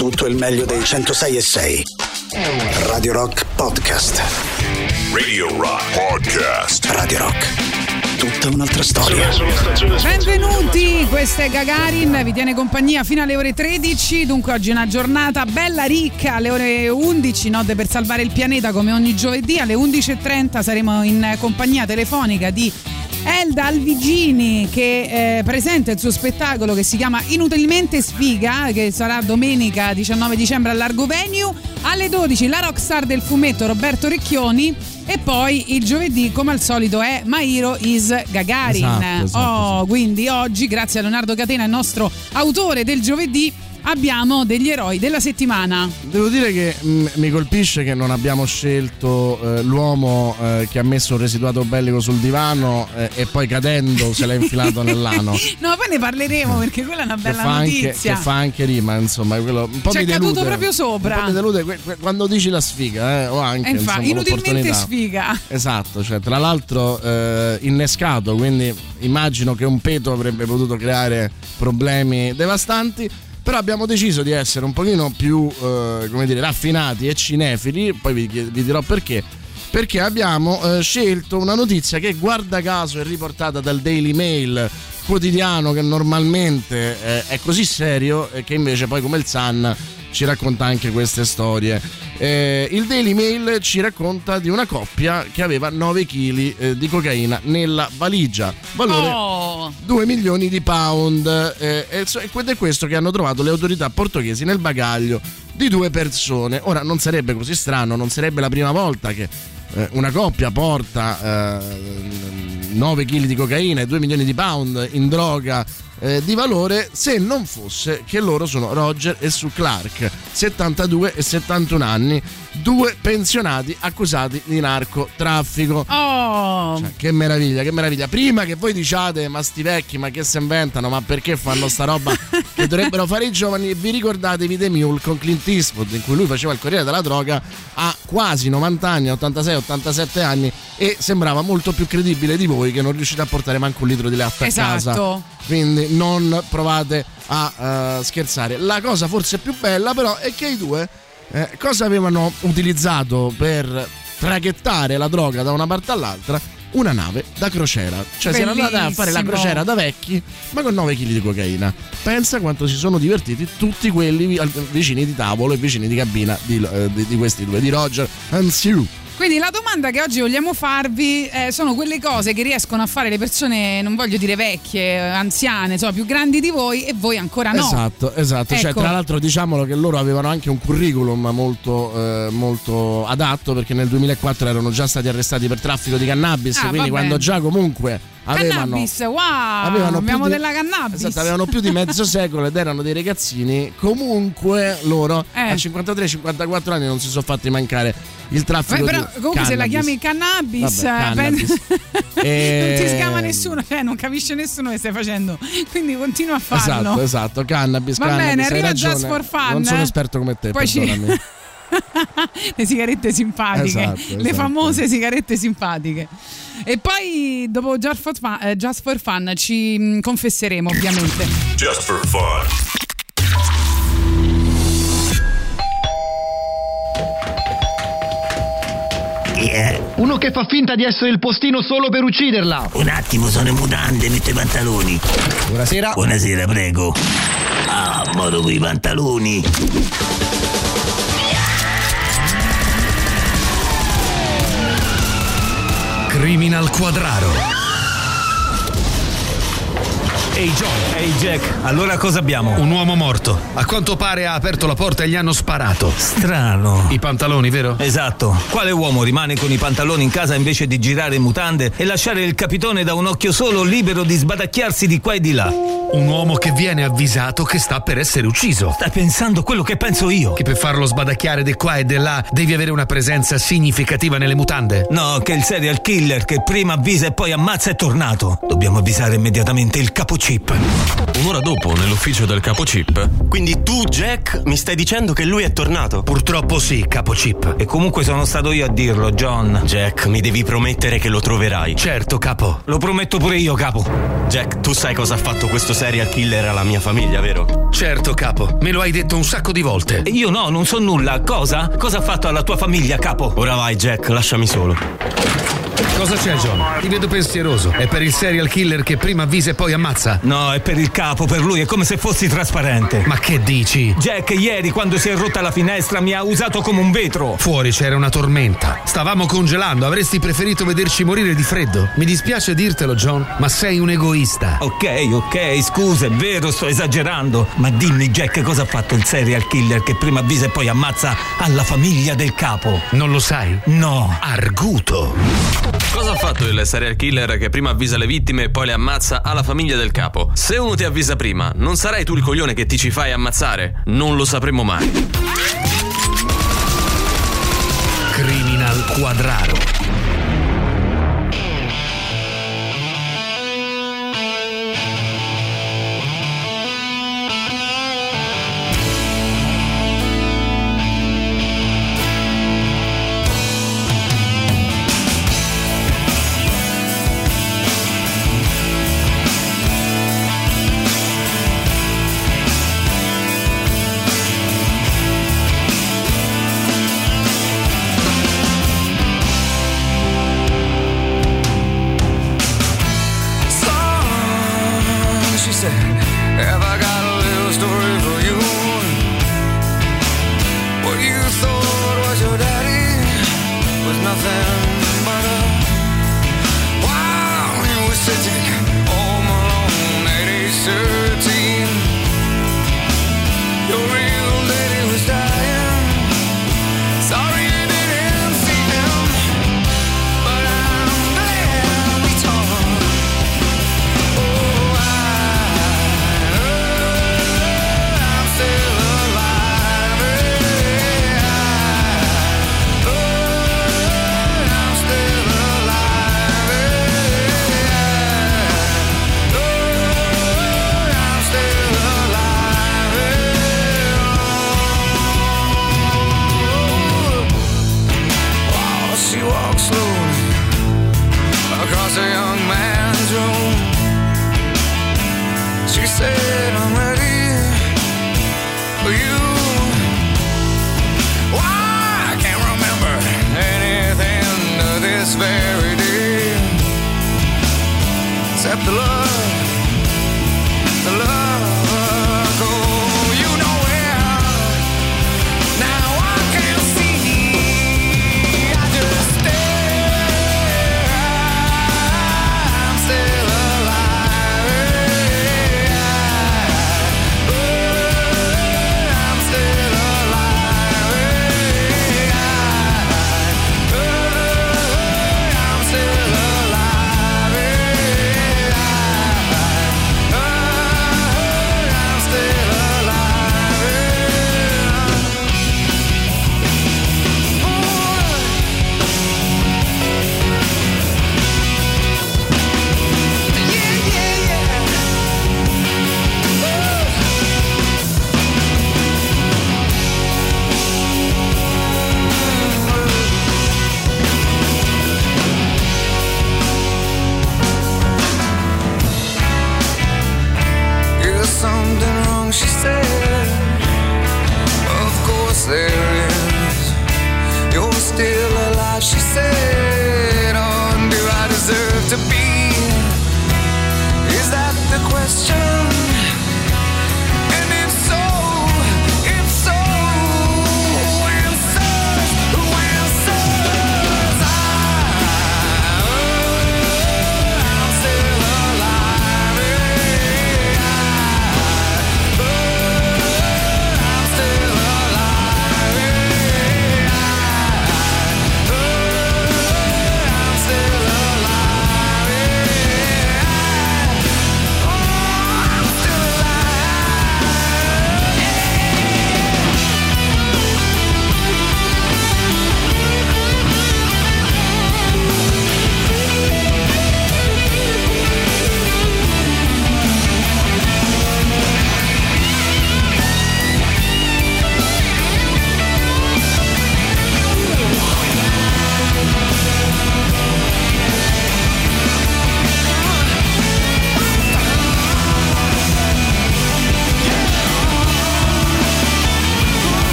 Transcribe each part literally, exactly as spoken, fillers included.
tutto il meglio dei centosei e sei. Radio Rock Podcast. Radio Rock Podcast. Radio Rock. Tutta un'altra storia. Benvenuti, questa è Gagarin, vi tiene compagnia fino alle ore tredici. Dunque oggi è una giornata bella ricca. Alle ore undici, note per salvare il pianeta, come ogni giovedì. Alle undici e trenta saremo in compagnia telefonica di Elda Alvigini, che eh, presenta il suo spettacolo che si chiama Inutilmente Sfiga, che sarà domenica diciannove dicembre all'Argo Venue. Alle dodici la rockstar del fumetto Roberto Recchioni, e poi il giovedì come al solito è My Hero is Gagarin. Esatto, esatto, oh, esatto. Quindi oggi, grazie a Leonardo Catena, il nostro autore del giovedì, abbiamo degli eroi della settimana. Devo dire che mh, mi colpisce che non abbiamo scelto eh, l'uomo eh, che ha messo un residuato bellico sul divano eh, e poi cadendo se l'ha infilato nell'ano. No, poi ne parleremo perché quella è una bella che fa notizia. Anche, che fa anche rima, insomma, quello un po' C'è mi delude. caduto proprio sopra. Un po' mi delude que- que- quando dici la sfiga, eh, o anche E infatti, insomma, inutilmente sfiga. Esatto, cioè tra l'altro eh, innescato, quindi immagino che un peto avrebbe potuto creare problemi devastanti. Però abbiamo deciso di essere un pochino più eh, come dire, raffinati e cinefili. Poi vi, vi dirò perché. Perché abbiamo eh, scelto una notizia che, guarda caso, è riportata dal Daily Mail, quotidiano che normalmente eh, è così serio e che invece poi, come il Sun, ci racconta anche queste storie. Eh, il Daily Mail ci racconta di una coppia che aveva nove chili eh, di cocaina nella valigia, valore oh. due milioni di pound, eh, ed è questo che hanno trovato le autorità portoghesi nel bagaglio di due persone. Ora, non sarebbe così strano, non sarebbe la prima volta che eh, una coppia porta eh, nove chili di cocaina e due milioni di pound in droga Eh, di valore, se non fosse che loro sono Roger e Sue Clark, settantadue e settantuno anni, due pensionati accusati di narcotraffico. Oh. Cioè, che meraviglia, che meraviglia. Prima che voi diciate ma sti vecchi, ma che si inventano, ma perché fanno sta roba che dovrebbero fare i giovani, vi ricordatevi The Mule con Clint Eastwood, in cui lui faceva il Corriere della Droga a quasi novanta anni, ottantasei ottantasette anni, e sembrava molto più credibile di voi che non riuscite a portare manco un litro di latte esatto. a casa. Quindi non provate a uh, scherzare. La cosa forse più bella però è che i due eh, cosa avevano utilizzato per traghettare la droga da una parte all'altra? Una nave da crociera. Cioè, si erano andati a fare la crociera da vecchi, ma con nove chili di cocaina. Pensa quanto si sono divertiti tutti quelli vicini di tavolo e vicini di cabina di, uh, di, di questi due, di Roger and Sue. Quindi la domanda che oggi vogliamo farvi eh, sono quelle cose che riescono a fare le persone, non voglio dire vecchie, anziane, insomma più grandi di voi, e voi ancora no. Esatto, esatto. Ecco. Cioè, tra l'altro, diciamolo che loro avevano anche un curriculum molto, eh, molto adatto, perché nel duemilaquattro erano già stati arrestati per traffico di cannabis, ah, quindi vabbè. quando già comunque avevano cannabis, wow, avevano abbiamo di, della cannabis. Esatto, avevano più di mezzo secolo ed erano dei ragazzini. Comunque loro eh. a cinquantatré cinquantaquattro anni non si sono fatti mancare il traffico. Beh, però di comunque cannabis. Se la chiami cannabis, Vabbè, cannabis. e... non ti E... scama nessuno, eh, non capisce nessuno che stai facendo, quindi continua a farlo. Esatto, esatto, cannabis. Va cannabis, bene, hai arriva ragione. Just for Fun. Non sono esperto come te, poi perdonami. Ci... le sigarette simpatiche, esatto, le esatto. famose sigarette simpatiche. E poi dopo Just for Fun, eh, Just for Fun ci mh, confesseremo, ovviamente. Just for Fun. Yeah. Uno che fa finta di essere il postino solo per ucciderla. Un attimo, sono in mutande, metto i pantaloni. Buonasera. Buonasera, prego. Ah, modo coi pantaloni. Criminal Quadraro. Ehi John. Ehi Jack, allora cosa abbiamo? Un uomo morto. A quanto pare ha aperto la porta e gli hanno sparato. Strano. I pantaloni, vero? Esatto. Quale uomo rimane con i pantaloni in casa invece di girare in mutande e lasciare il capitone da un occhio solo libero di sbadacchiarsi di qua e di là? Un uomo che viene avvisato che sta per essere ucciso. Stai pensando quello che penso io? Che per farlo sbadacchiare di qua e di là devi avere una presenza significativa nelle mutande? No, che il serial killer che prima avvisa e poi ammazza è tornato. Dobbiamo avvisare immediatamente il capoccione Chip. Un'ora dopo, nell'ufficio del capo Chip. Quindi tu, Jack, mi stai dicendo che lui è tornato? Purtroppo sì, capo Chip. E comunque sono stato io a dirlo, John. Jack, mi devi promettere che lo troverai. Certo, capo. Lo prometto pure io, capo. Jack, tu sai cosa ha fatto questo serial killer alla mia famiglia, vero? Certo, capo. Me lo hai detto un sacco di volte. Io no, non so nulla. Cosa? Cosa ha fatto alla tua famiglia, capo? Ora vai, Jack, lasciami solo. Cosa c'è, John? Ti vedo pensieroso. È per il serial killer che prima avvisa e poi ammazza? No, è per il capo, per lui, è come se fossi trasparente. Ma che dici? Jack ieri, quando si è rotta la finestra, mi ha usato come un vetro. Fuori c'era una tormenta. Stavamo congelando, avresti preferito vederci morire di freddo. Mi dispiace dirtelo, John, ma sei un egoista. Ok, ok, scusa, è vero, sto esagerando. Ma dimmi, Jack, cosa ha fatto il serial killer che prima avvisa e poi ammazza alla famiglia del capo? Non lo sai? No. Arguto. Cosa ha fatto il serial killer che prima avvisa le vittime e poi le ammazza alla famiglia del capo? Se uno ti avvisa prima, non sarai tu il coglione che ti ci fai ammazzare? Non lo sapremo mai. Criminal Quadraro.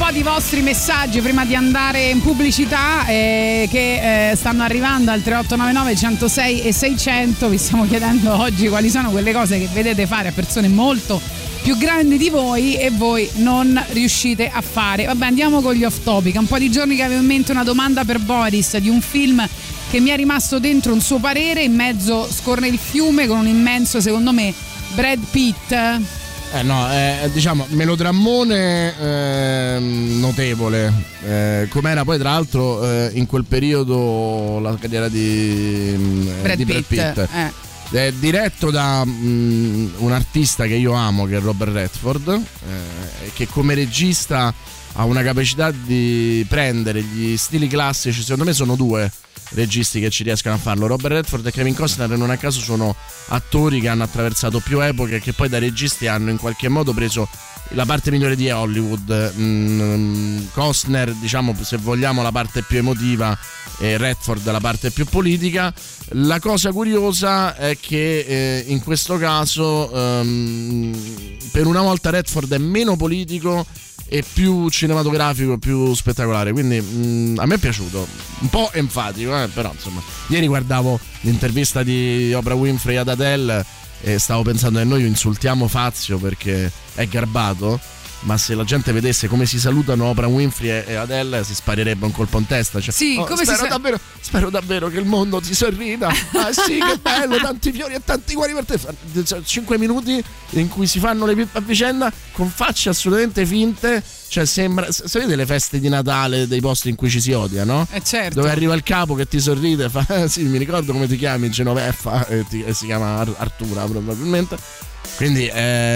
po' di vostri messaggi prima di andare in pubblicità eh, che eh, stanno arrivando al tre otto nove nove, centosei e seicento. Vi stiamo chiedendo oggi quali sono quelle cose che vedete fare a persone molto più grandi di voi e voi non riuscite a fare. Vabbè, andiamo con gli off topic. Un po' di giorni che avevo in mente una domanda per Boris di un film che mi è rimasto dentro un suo parere. In mezzo scorre il fiume con un immenso, secondo me, Brad Pitt. Eh no, eh, diciamo melodrammone eh, notevole, eh, com'era poi tra l'altro eh, in quel periodo la carriera di Brad di Pitt, Brad Pitt. Eh. È diretto da um, un artista che io amo, che è Robert Redford, eh, che come regista ha una capacità di prendere gli stili classici. Secondo me sono due registi che ci riescono a farlo, Robert Redford e Kevin Costner. Non a caso sono attori che hanno attraversato più epoche e che poi da registi hanno in qualche modo preso la parte migliore di Hollywood. mm, Costner, diciamo, se vogliamo, la parte più emotiva, e Redford la parte più politica. La cosa curiosa è che eh, in questo caso um, per una volta Redford è meno politico e più cinematografico, più spettacolare, quindi mh, a me è piaciuto, un po' enfatico, eh, però insomma. Ieri guardavo l'intervista di Oprah Winfrey ad Adele e stavo pensando che noi insultiamo Fazio perché è garbato, ma se la gente vedesse come si salutano Oprah Winfrey e Adele si sparerebbe un colpo in testa. Cioè, sì, oh, come spero, si sa- davvero, spero davvero che il mondo ti sorrida. Ah sì, che bello, tanti fiori e tanti cuori per te. Cinque minuti in cui si fanno le pippe a vicenda con facce assolutamente finte. Cioè sembra, sapete le feste di Natale dei posti in cui ci si odia, no? Eh certo. Dove arriva il capo che ti sorride e fa eh, sì, mi ricordo come ti chiami, Genoveffa, e, ti, e si chiama Ar- Artura probabilmente. Quindi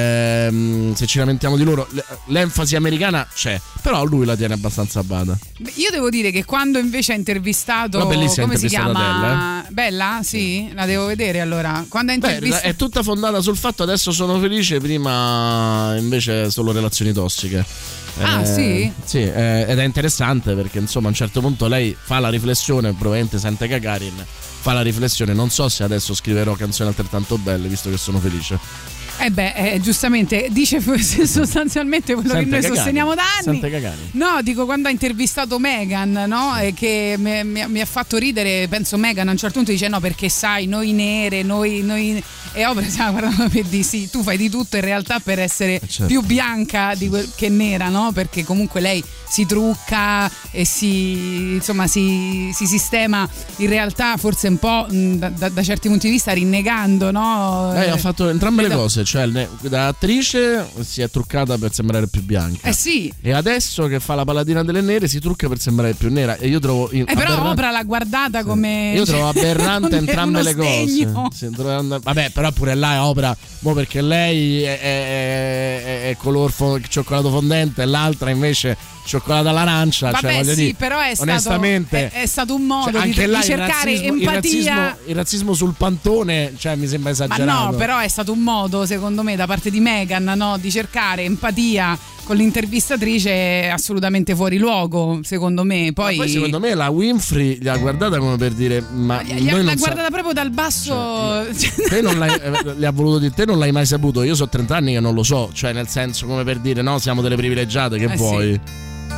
ehm, se ci lamentiamo di loro, l'enfasi americana c'è, però lui la tiene abbastanza a bada. Io devo dire che quando invece ha intervistato, no, bellissima come si chiama? Adele, eh? Bella? Sì, la devo vedere allora. Quando ha intervistato... Beh, è tutta fondata sul fatto adesso sono felice, prima invece solo relazioni tossiche. Ah, eh, sì? Sì, eh, ed è interessante perché insomma a un certo punto lei fa la riflessione, probabilmente sente Gagarin, fa la riflessione, non so se adesso scriverò canzoni altrettanto belle visto che sono felice. Eh beh, eh, giustamente dice sostanzialmente quello Sente che noi Gagarin, sosteniamo da anni. Sente Gagarin. No, dico quando ha intervistato Meghan, no? E che mi, mi, mi ha fatto ridere, penso Meghan a un certo punto dice no perché sai, noi nere, noi... noi... E Oprah stiamo guardando per dire sì, tu fai di tutto in realtà per essere certo. più bianca di que- che nera, no? Perché comunque lei si trucca e si, insomma, si, si sistema in realtà forse un po' mh, da, da certi punti di vista rinnegando, no? Lei ha fatto entrambe le Vedo... cose, cioè da attrice si è truccata per sembrare più bianca. Eh sì. E adesso che fa la paladina delle nere si trucca per sembrare più nera. E io trovo. Eh però aberrante... Oprah l'ha guardata sì. come. Io trovo aberrante entrambe le cose. Sì, trovo... Vabbè, però pure là è Oprah. Mo perché lei è, è, è, è color fo- cioccolato fondente e l'altra invece cioccolato all'arancia. Vabbè, cioè, voglio sì, dire, però è stato, onestamente, è, è stato un modo cioè, di, anche là di cercare il razzismo, empatia. Il razzismo, il razzismo sul pantone, cioè mi sembra esagerato. Ma no, però è stato un modo, secondo me, da parte di Meghan, no, di cercare empatia con l'intervistatrice assolutamente fuori luogo, secondo me. Poi, ma poi secondo me la Winfrey li ha guardata come per dire ma gli, noi l'ha non guardata sa- proprio dal basso, cioè, te non l'hai, le ha voluto dire te non l'hai mai saputo, io so trenta anni che non lo so, cioè nel senso come per dire no, siamo delle privilegiate, che eh vuoi sì.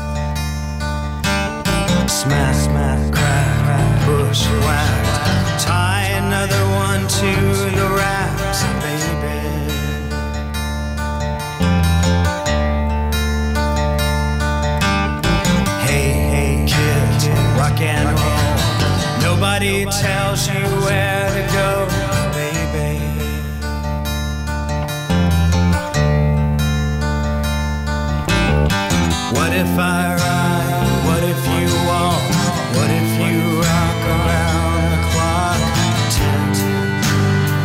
Smack, smack, crack, crack, bushwhacked. Tie another one to the racks, baby. Hey, hey, kid, rock and roll. Nobody tells you where to go, baby. What if I ride? What if you walk? What if you rock around the clock?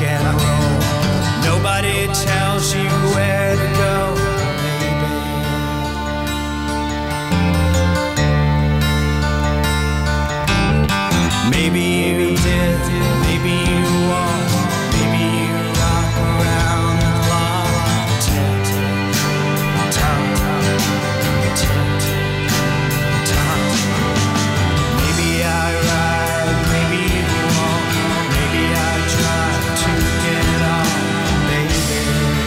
and roll. Nobody tells you where to go, baby. Maybe you did, maybe you won't. Maybe you rock around the clock. Tick, tock, tick, tock. Maybe I ride, maybe you won't. Maybe I try to get on, baby.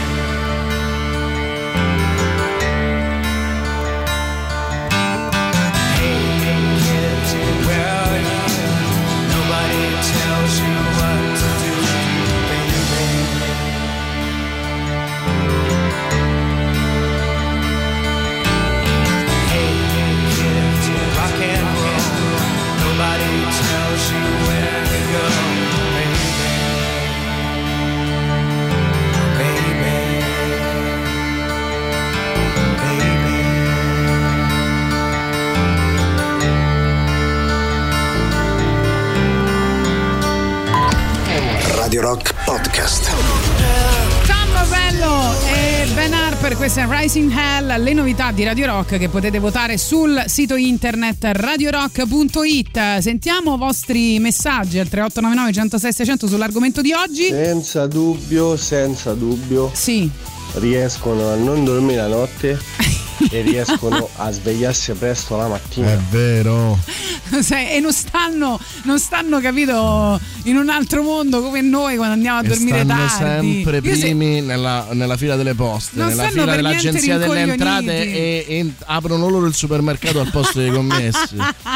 Hey, hey, kids, where are you? Nobody tells you what to do, baby. Hey, hey, kids, rock and roll. Nobody tells you where to go, baby. Baby. Baby. Radio Rock Podcast. Ciao bello e Ben Harper, questa è Rising Hell, le novità di Radio Rock che potete votare sul sito internet radio rock punto it. Sentiamo i vostri messaggi al tre otto nove nove, uno zero sei, sei zero zero sull'argomento di oggi. Senza dubbio, senza dubbio. Sì. Riescono a non dormire la notte e riescono a svegliarsi presto la mattina. È vero. E non stanno, non stanno, capito, in un altro mondo come noi quando andiamo a e dormire stanno tardi. sempre Io primi se... nella, nella fila delle poste, Non nella stanno fila per dell'agenzia niente delle entrate rincoglioniti. e, e aprono loro il supermercato al posto dei commessi.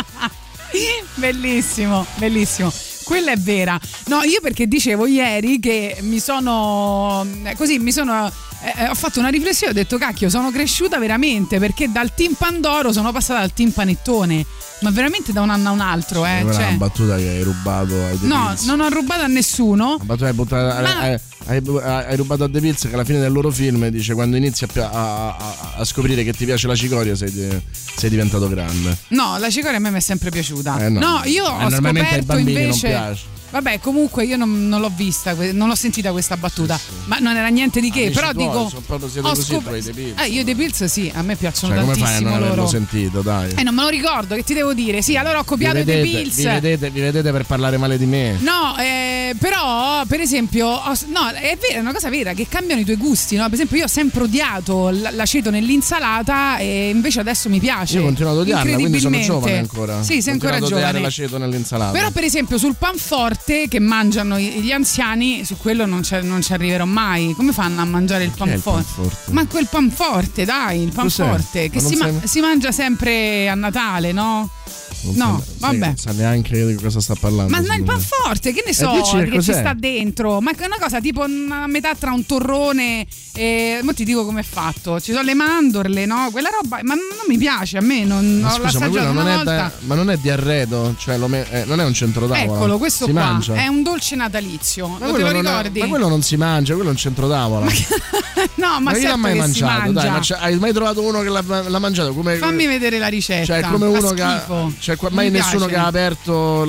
Bellissimo, bellissimo. Quella è vera. No, io perché dicevo ieri che mi sono così mi sono eh, ho fatto una riflessione, ho detto cacchio, sono cresciuta veramente, perché dal team Pandoro sono passata al team Panettone, ma veramente da un anno a un altro, eh. Quella Cioè... è una battuta che hai rubato ai The No, Pills. non ho rubato a nessuno. La battuta hai, buttata, Ma... hai, hai, hai rubato a The Pills, che alla fine del loro film dice: quando inizi a, a, a, a scoprire che ti piace la cicoria sei, sei diventato grande. No, la cicoria a me mi è sempre piaciuta. Eh no. no, io eh, ho normalmente ai scoperto bambini invece non piace. Vabbè, comunque io non, non l'ho vista, non l'ho sentita questa battuta, sì, sì. Ma non era niente di che. Amici però tuoi, dico, sono proprio siete così scop- tuoi, The Pills. Eh, io The Pills sì, a me piacciono cioè, tantissimo. Come fai a non averlo loro. sentito, dai? Eh, non me lo ricordo, che ti devo dire? Sì, allora ho copiato vi vedete, The Pills. Vi vedete, vi vedete per parlare male di me? No, eh, però, per esempio, ho, no, è vera, è una cosa vera che cambiano i tuoi gusti, no? Per esempio, io ho sempre odiato l'aceto nell'insalata e invece adesso mi piace. Io continuo ad odiarla, quindi sono giovane ancora. Sì, sei ancora giovane. giovane. Odiare l'aceto nell'insalata. Però, per esempio, sul panforte che mangiano gli anziani, su quello non ci, non ci arriverò mai. Come fanno a mangiare il panforte? il panforte? Ma quel panforte, dai, il panforte che si, ma- si mangia sempre a Natale, no? Non no, sa, vabbè. Non sa neanche di cosa sta parlando. Ma no, il panforte, che ne so, eh, che, che ci sta dentro. Ma è una cosa tipo una metà tra un torrone e. Mo ti dico com'è fatto. Ci sono le mandorle, no? Quella roba. Ma non mi piace, a me non ma ho scusa, l'assaggiato ma una non volta. È da, ma non è di arredo? Cioè lo me, eh, non è un centrotavola. Eccolo, questo si qua mangia. è un dolce natalizio. Ma lo te lo ricordi? È, ma quello non si mangia, quello è un centrotavola. No, ma, ma chi certo l'ha mai che mangiato? si Dai, mangia. ma hai mai trovato uno che l'ha, l'ha mangiato? Come, Fammi vedere la ricetta. Cioè, come uno Fa che ha, schifo. cioè, mai Mi nessuno piace. che ha aperto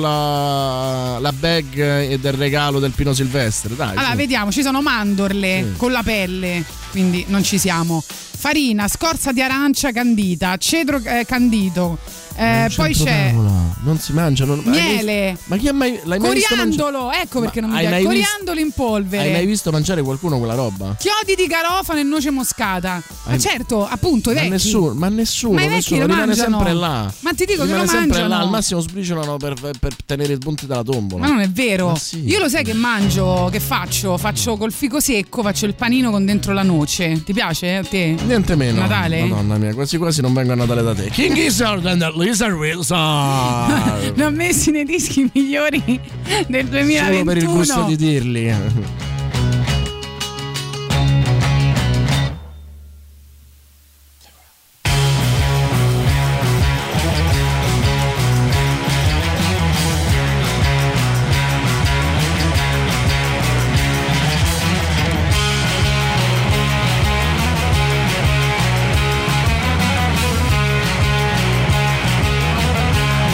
la, la bag e del regalo del Pino Silvestre. Dai, allora, sì. vediamo, ci sono mandorle sì. con la pelle, quindi non ci siamo. Farina, scorza di arancia candita, cedro eh, candito. Eh, poi c'è non si mangia non... miele, ma chi ha mai l'hai mai visto coriandolo, ecco perché non mi piace. Coriandolo in polvere. Hai mai visto mangiare qualcuno quella roba? Chiodi di garofano e noce moscata. Hai... Ma certo, appunto, i ma vecchi. Nessuno, ma nessuno, ma i vecchi nessuno lo rimane mangiano. sempre là. Ma ti dico rimane che lo sempre mangiano. là, al massimo sbriciolano per, per, per tenere i punti della tombola. Ma non è vero. Sì. Io lo sai che mangio, che faccio? Faccio col fico secco, faccio il panino con dentro la noce. Ti piace a te? Niente meno. Natale? Madonna mia, quasi quasi non vengo a Natale da te. King Gizzard and the Lizard Wilson. Li ho messi nei dischi migliori del duemilaventuno. Solo per il gusto di dirli.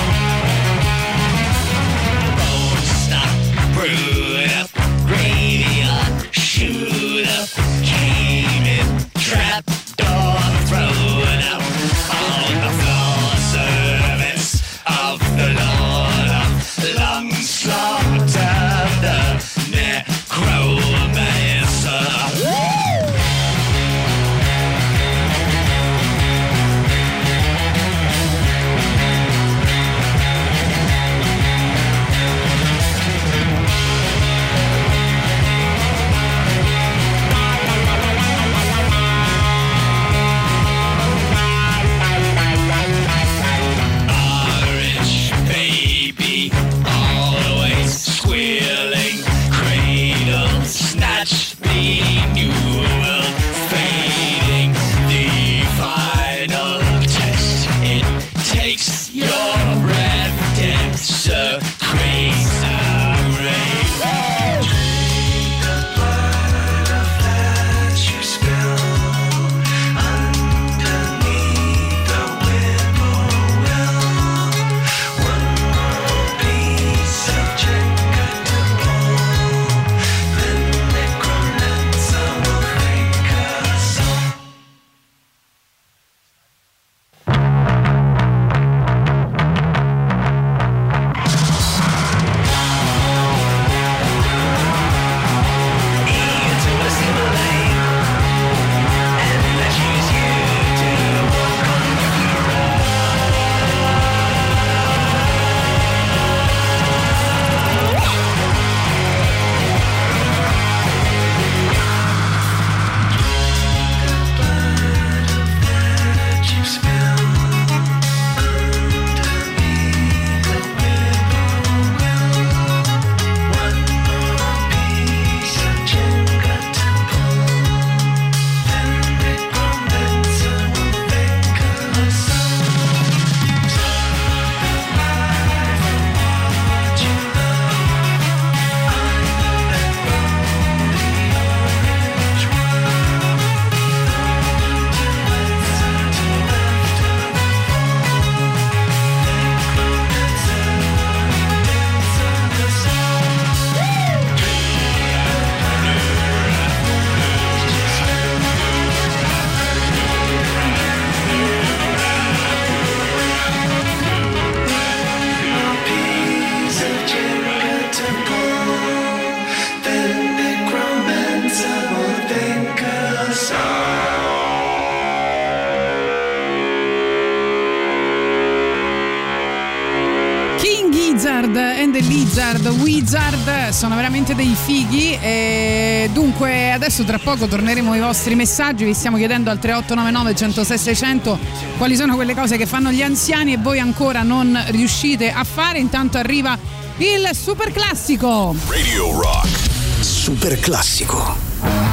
Brewed up gravy The Wizard, sono veramente dei fighi. E dunque adesso tra poco torneremo ai vostri messaggi, vi stiamo chiedendo al tre otto nove nove, uno zero sei, sei zero zero quali sono quelle cose che fanno gli anziani e voi ancora non riuscite a fare. Intanto arriva il super classico Radio Rock Super classico.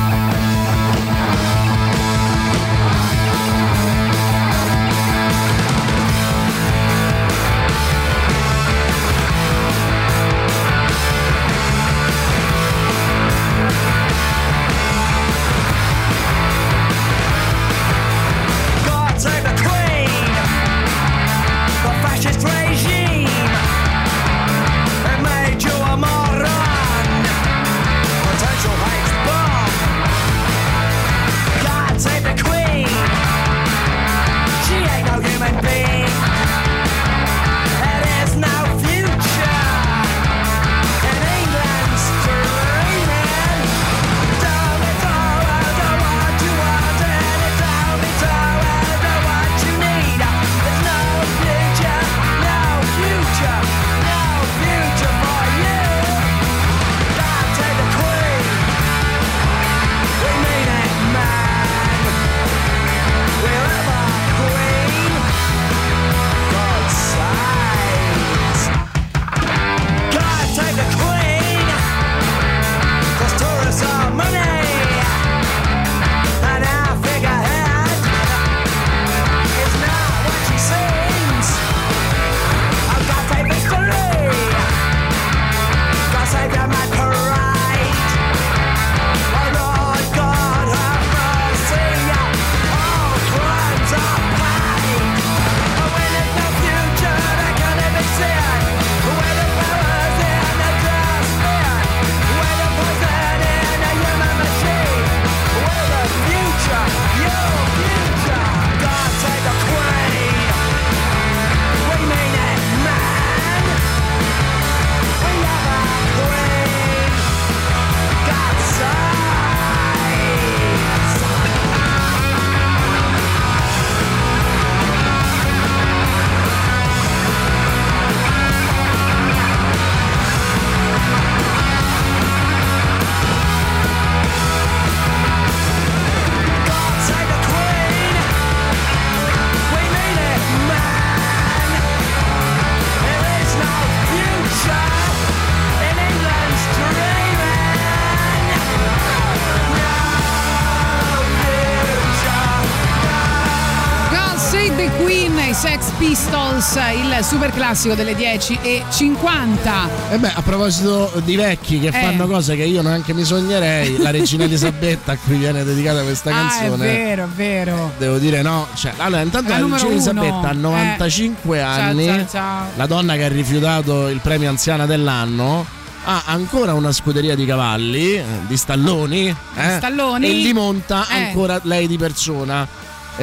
Sex Pistols, il super classico delle dieci e cinquanta. E beh, a proposito di vecchi che eh. fanno cose che io neanche mi sognerei, la regina Elisabetta a cui viene dedicata questa canzone. Ah, è vero, è vero. Devo dire no, cioè, allora intanto la, la regina Elisabetta ha novantacinque eh. anni, ciao, ciao, ciao. La donna che ha rifiutato il premio anziana dell'anno ha ancora una scuderia di cavalli, di stalloni, eh? stalloni. E li monta eh. ancora lei di persona.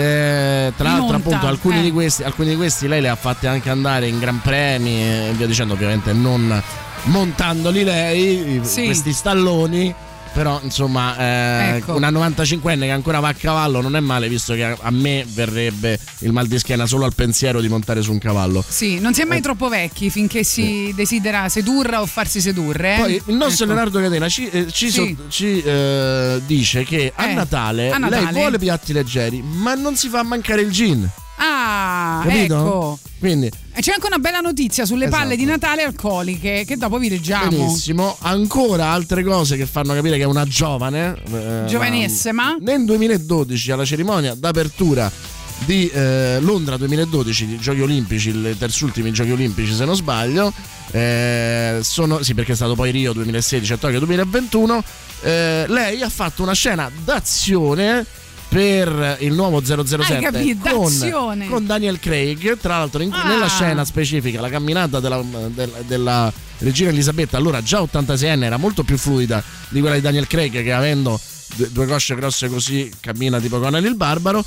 Eh, tra l'altro monta, appunto alcuni, eh. di questi, alcuni di questi lei le ha fatte anche andare in gran premi e via dicendo, ovviamente non montandoli lei, sì. questi stalloni. Però insomma eh, ecco. una novantacinquenne che ancora va a cavallo non è male, visto che a me verrebbe il mal di schiena solo al pensiero di montare su un cavallo. Sì, non si è mai eh. troppo vecchi finché si sì. desidera sedurre o farsi sedurre. Eh? Poi il nostro ecco. Leonardo Catena ci, eh, ci, sì. so, ci eh, dice che a, eh. Natale a Natale lei vuole piatti leggeri, ma non si fa mancare il gin. Ah, capito? Ecco. Quindi e c'è anche una bella notizia sulle esatto. palle di Natale alcoliche che dopo vi leggiamo. Benissimo. Ancora altre cose che fanno capire che è una giovane eh, giovanissima. Nel duemiladodici alla cerimonia d'apertura di eh, Londra duemiladodici, di Giochi Olimpici, i terzultimi Giochi Olimpici se non sbaglio, eh, sono, sì perché è stato poi Rio duemilasedici e Tokyo duemilaventuno, eh, lei ha fatto una scena d'azione per il nuovo zero zero sette con, con Daniel Craig. Tra l'altro in, ah. nella scena specifica la camminata della, della, della regina Elisabetta, allora già ottantaseienne, era molto più fluida di quella di Daniel Craig, che avendo due cosce grosse così cammina tipo Conan il Barbaro.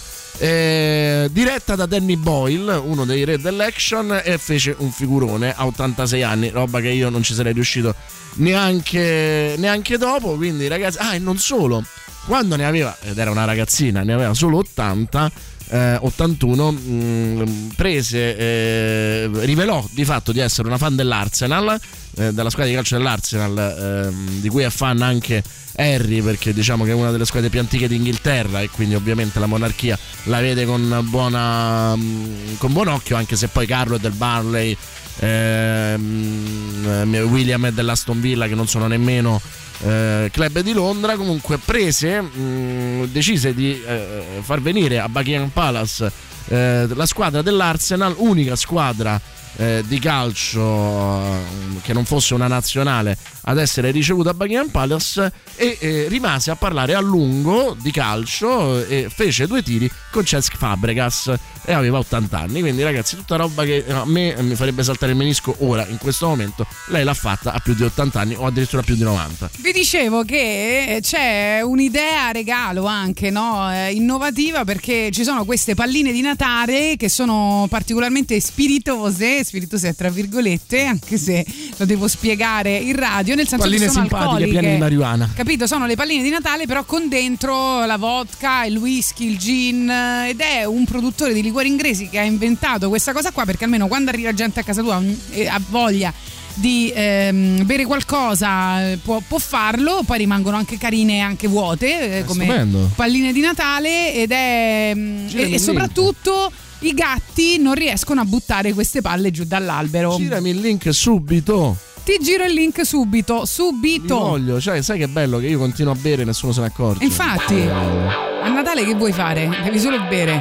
Eh, diretta da Danny Boyle, uno dei re dell'action, e fece un figurone a ottantasei anni, roba che io non ci sarei riuscito neanche, neanche dopo. Quindi ragazzi, ah e non solo, quando ne aveva, ed era una ragazzina, ne aveva solo ottanta, eh, ottantuno mh, prese eh, rivelò di fatto di essere una fan dell'Arsenal, eh, della squadra di calcio dell'Arsenal, eh, di cui è fan anche Harry, perché diciamo che è una delle squadre più antiche d'Inghilterra e quindi ovviamente la monarchia la vede con buona con buon occhio, anche se poi Carlo è del Burnley, ehm, William è dell'Aston Villa, che non sono nemmeno eh, club di Londra. Comunque prese mh, decise di eh, far venire a Buckingham Palace eh, la squadra dell'Arsenal, unica squadra eh, di calcio eh, che non fosse una nazionale ad essere ricevuta a Buckingham Palace, e eh, rimase a parlare a lungo di calcio e fece due tiri con Cesc Fabregas e aveva ottanta anni. Quindi ragazzi, tutta roba che a me mi farebbe saltare il menisco ora in questo momento, lei l'ha fatta a più di ottanta anni o addirittura più di novanta. Vi dicevo che c'è un'idea regalo anche, no? eh, innovativa, perché ci sono queste palline di Natale che sono particolarmente spiritose, spiritose tra virgolette, anche se lo devo spiegare in radio, nel senso palline che sono simpatiche, alcoliche, piene di marijuana. Capito? Sono le palline di Natale, però con dentro la vodka, il whisky, il gin, ed è un produttore di liquori inglesi che ha inventato questa cosa qua, perché almeno quando arriva gente a casa tua e ha voglia di ehm, bere qualcosa può, può farlo. Poi rimangono anche carine e anche vuote, eh, come stupendo. Palline di Natale, ed è e, e soprattutto i gatti non riescono a buttare queste palle giù dall'albero. Girami il link subito. Ti giro il link subito, subito. Li voglio, cioè sai che bello che io continuo a bere e nessuno se ne accorge. Infatti, eh. a Natale che vuoi fare? Devi solo bere.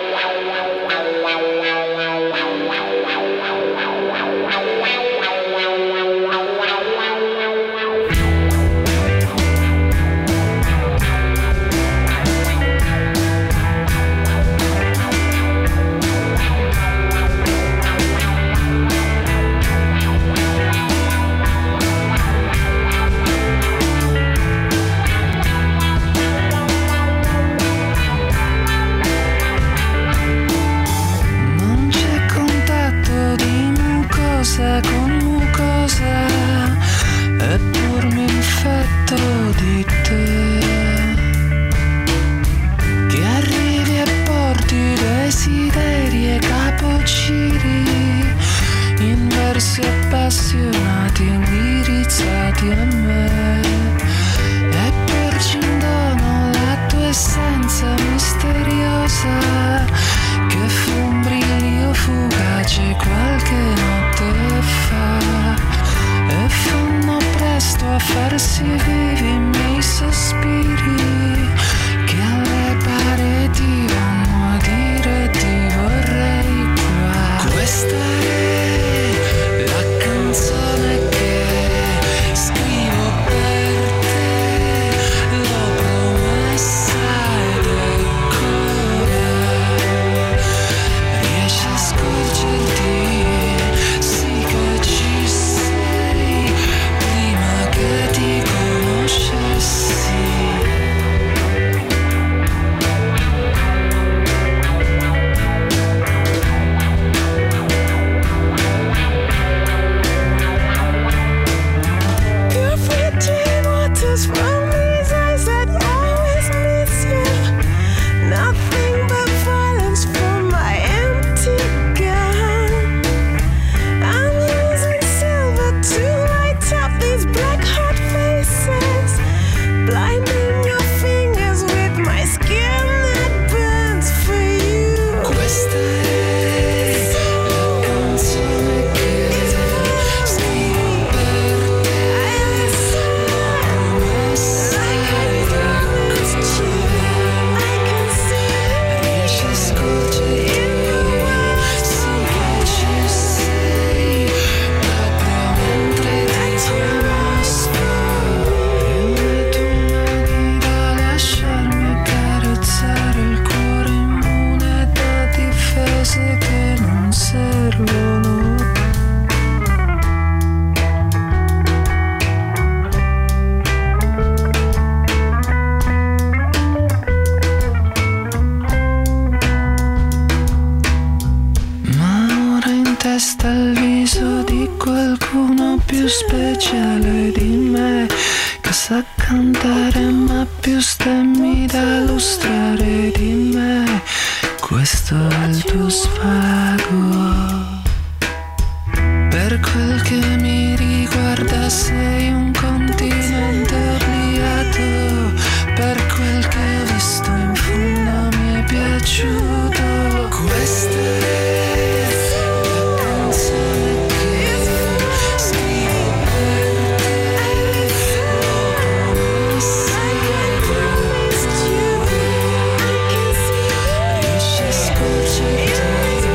Con mucosa, eppur mi infetto di te, che arrivi e porti desideri e capociri in versi appassionati indirizzati a me, e porgi in dono la tua essenza misteriosa, che fu un brilio fugace qualche notte fa, e fanno presto a farsi vivi i miei sospiri, che alle pareti vanno a dire ti vorrei qua. Questa è la canzone che scrivo per te, l'ho promessa ed eccola, riesci a scorgerti, sì che ci sei, prima che ti conoscessi. Pure fleeting waters from these eyes that always miss you, nothing but violence from my empty gun. I'm using silver to light up these black hot faces, blinding your fingers with my skin that burns for you. Questa è la canzone che scrivo per te, l'ho promessa ed eccoci, riesci a scorgerti, sì che ci sei, proprio mentre ti conosco, e tu mani da lasciarmi accarezzare il cuore immune da difese che non servono. Ma ora in testa il viso di qualcuno più speciale di me, che sa cantare ma più stemmi da lustrare di me. Questo è il tuo svago. Per quel che mi riguarda sei un continente obliato. Per quel che ho visto in fondo mi è piaciuto. Questa è la canzone che scrivo per te. Come riesci a scorgerti.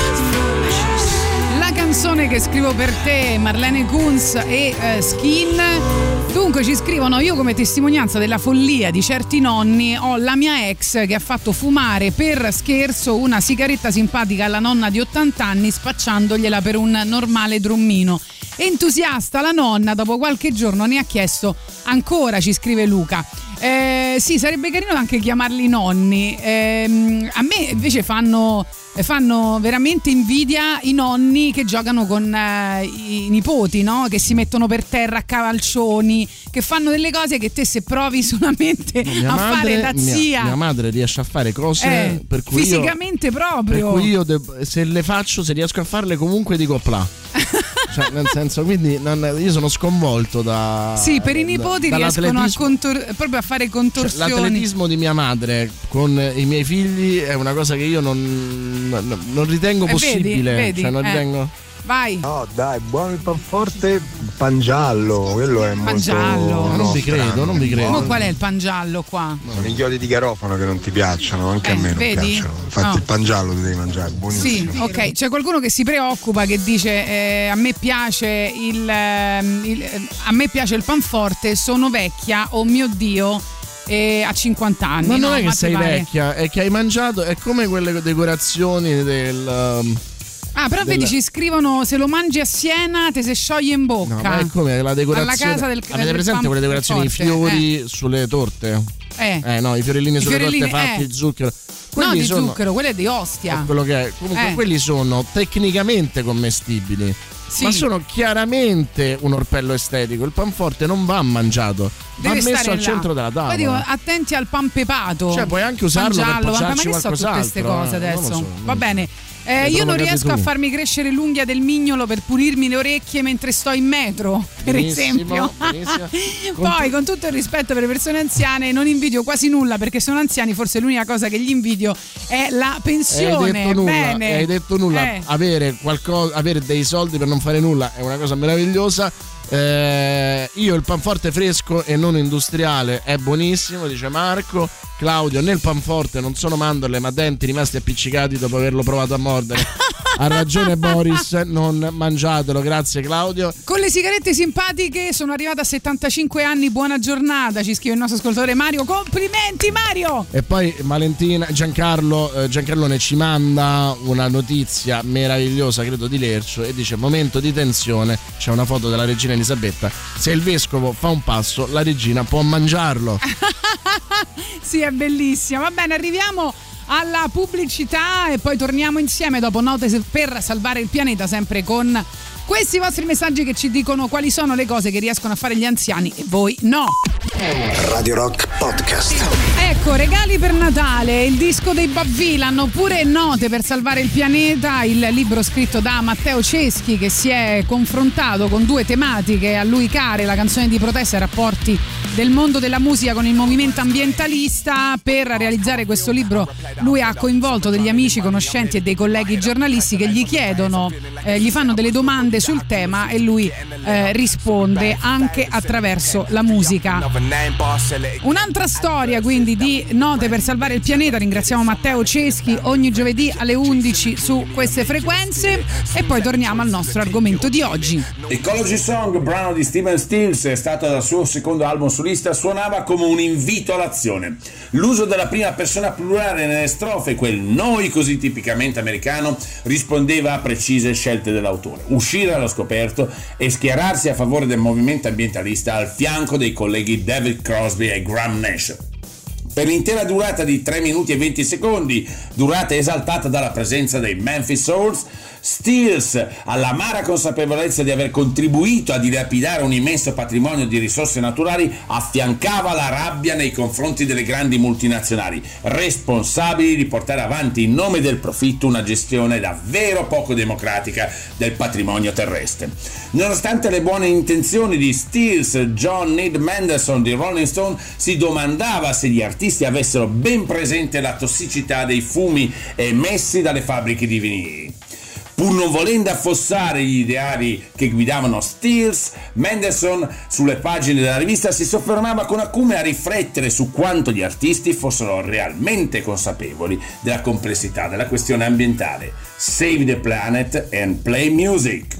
La canzone che scrivo per te, Marlene Kunz e eh, Skin. Dunque ci scrivono: io come testimonianza della follia di certi nonni ho la mia ex che ha fatto fumare per scherzo una sigaretta simpatica alla nonna di ottanta anni spacciandogliela per un normale drummino. Entusiasta la nonna, dopo qualche giorno ne ha chiesto ancora, ci scrive Luca. Eh, sì, sarebbe carino anche chiamarli nonni. Eh, a me invece fanno, fanno veramente invidia i nonni che giocano con eh, i nipoti, no? Che si mettono per terra a cavalcioni, che fanno delle cose che te se provi solamente mia a madre, fare da zia. Mia, mia madre riesce a fare cose eh, per cui fisicamente io, proprio. Per cui io de- se le faccio, se riesco a farle comunque dico plà. Cioè, nel senso, quindi non, io sono sconvolto da. Sì, per i nipoti da, riescono a contor- proprio a fare contorsioni. Cioè, l'atletismo di mia madre con i miei figli è una cosa che io non, non, non ritengo eh, possibile. Vedi, vedi, cioè, non eh. ritengo. Vai. No, dai, buono il panforte, pangiallo, quello è pangiallo. molto. Non vi credo, non vi credo. Ma qual è il pangiallo qua? Sono i chiodi di garofano che non ti piacciono, anche eh, a me non vedi? piacciono. Infatti no. il pangiallo lo devi mangiare, è buonissimo. Sì, ok, c'è qualcuno che si preoccupa, che dice eh, a me piace il, eh, il eh, a me piace il panforte, sono vecchia, oh mio Dio. E a cinquanta anni. Ma non no, è che ma sei pare... vecchia, è che hai mangiato, è come quelle decorazioni del. Um, Ah, però della... vedi, ci scrivono: se lo mangi a Siena te si scioglie in bocca. No, ma è come la decorazione. Alla casa del, avete del presente quelle decorazioni, i fiori eh. sulle torte? Eh. eh no, i fiorellini I sulle fiorellini, torte fatti eh. di zucchero. No, di sono... zucchero, quelle di ostia. Quello che è. Comunque eh. quelli sono tecnicamente commestibili. Sì. Ma sono chiaramente un orpello estetico. Il panforte non va mangiato, va Deve messo al là. centro della tavola. Poi dico, attenti al pan pepato. Cioè puoi anche usarlo Mangiarlo, per poggiarci ma che so tutte queste cose eh, adesso? so, Va bene. Eh, io non riesco tu. a farmi crescere l'unghia del mignolo per pulirmi le orecchie mentre sto in metro, per benissimo, esempio. Benissimo. Poi, con tutto il rispetto per le persone anziane, non invidio quasi nulla perché sono anziani. Forse l'unica cosa che gli invidio è la pensione. Hai detto nulla, Bene. hai detto nulla. Eh. Avere qualcosa, avere dei soldi per non fare nulla è una cosa meravigliosa. Eh, io il panforte fresco e non industriale è buonissimo, dice Marco. Claudio, nel panforte non sono mandorle ma denti rimasti appiccicati dopo averlo provato a mordere. Ha ragione Boris, non mangiatelo, grazie Claudio. Con le sigarette simpatiche sono arrivata a settantacinque anni, buona giornata, ci scrive il nostro ascoltatore Mario. Complimenti Mario! E poi Valentina, Giancarlo, eh, Giancarlone ci manda una notizia meravigliosa, credo di Lercio, e dice: momento di tensione, c'è una foto della regina Elisabetta, se il vescovo fa un passo la regina può mangiarlo. Sì, è bellissima. Va bene, arriviamo alla pubblicità e poi torniamo insieme dopo Note per salvare il pianeta, sempre con questi vostri messaggi che ci dicono quali sono le cose che riescono a fare gli anziani e voi no. Radio Rock Podcast. Ecco, regali per Natale, il disco dei Bob Dylan, oppure Note per salvare il pianeta, il libro scritto da Matteo Ceschi che si è confrontato con due tematiche a lui care, la canzone di protesta e i rapporti del mondo della musica con il movimento ambientalista. Per realizzare questo libro lui ha coinvolto degli amici, conoscenti e dei colleghi giornalisti che gli chiedono, eh, gli fanno delle domande sul tema e lui eh, risponde anche attraverso la musica. Un'altra storia quindi di Note per salvare il pianeta, ringraziamo Matteo Ceschi ogni giovedì alle undici su queste frequenze e poi torniamo al nostro argomento di oggi. Ecology Song, brano di Steven Stills, è stato dal suo secondo album solista, suonava come un invito all'azione. L'uso della prima persona plurale nelle strofe, quel noi così tipicamente americano, rispondeva a precise scelte dell'autore: uscire allo scoperto e schierarsi a favore del movimento ambientalista al fianco dei colleghi David Crosby e Graham Nash. Per l'intera durata di tre minuti e venti secondi, durata esaltata dalla presenza dei Memphis Souls, Stills, all'amara consapevolezza di aver contribuito a dilapidare un immenso patrimonio di risorse naturali, affiancava la rabbia nei confronti delle grandi multinazionali, responsabili di portare avanti in nome del profitto una gestione davvero poco democratica del patrimonio terrestre. Nonostante le buone intenzioni di Stills, John Need Mandelson di Rolling Stone si domandava se gli artisti avessero ben presente la tossicità dei fumi emessi dalle fabbriche di vinili. Pur non volendo affossare gli ideali che guidavano Stills, Mandelson sulle pagine della rivista si soffermava con acume a riflettere su quanto gli artisti fossero realmente consapevoli della complessità della questione ambientale. Save the planet and play music.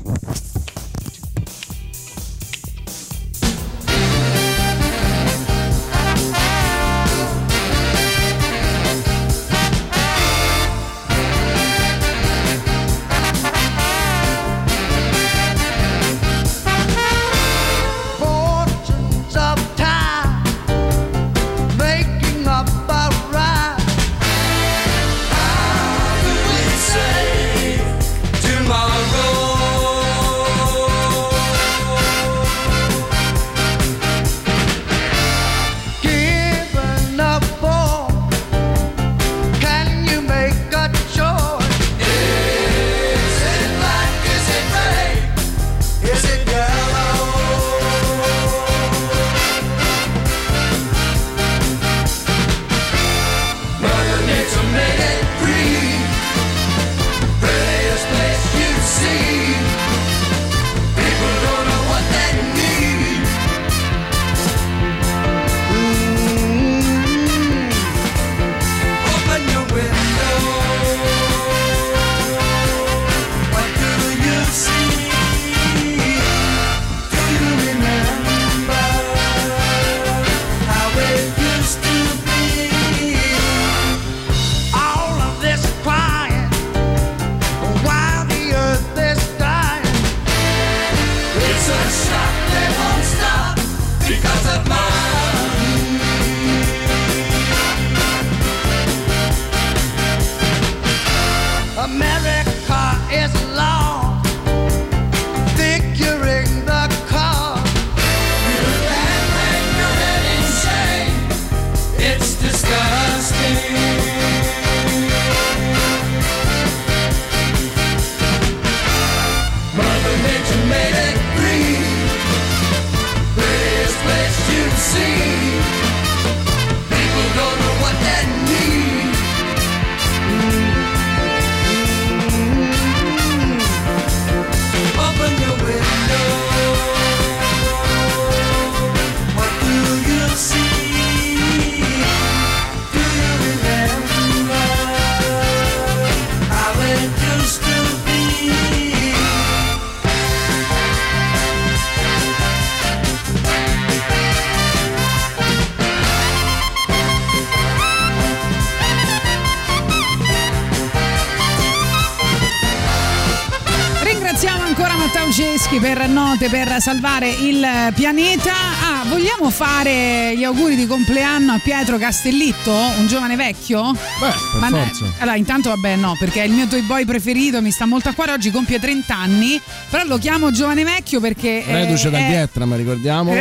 Per note per salvare il pianeta. Ah, vogliamo fare gli auguri di compleanno a Pietro Castellitto, un giovane vecchio? Beh, per ma forza. Ne... Allora, intanto vabbè, no, perché è il mio Toy Boy preferito, mi sta molto a cuore, oggi compie trenta anni, però lo chiamo giovane vecchio perché reduce eh, dal è... Vietnam, ricordiamolo.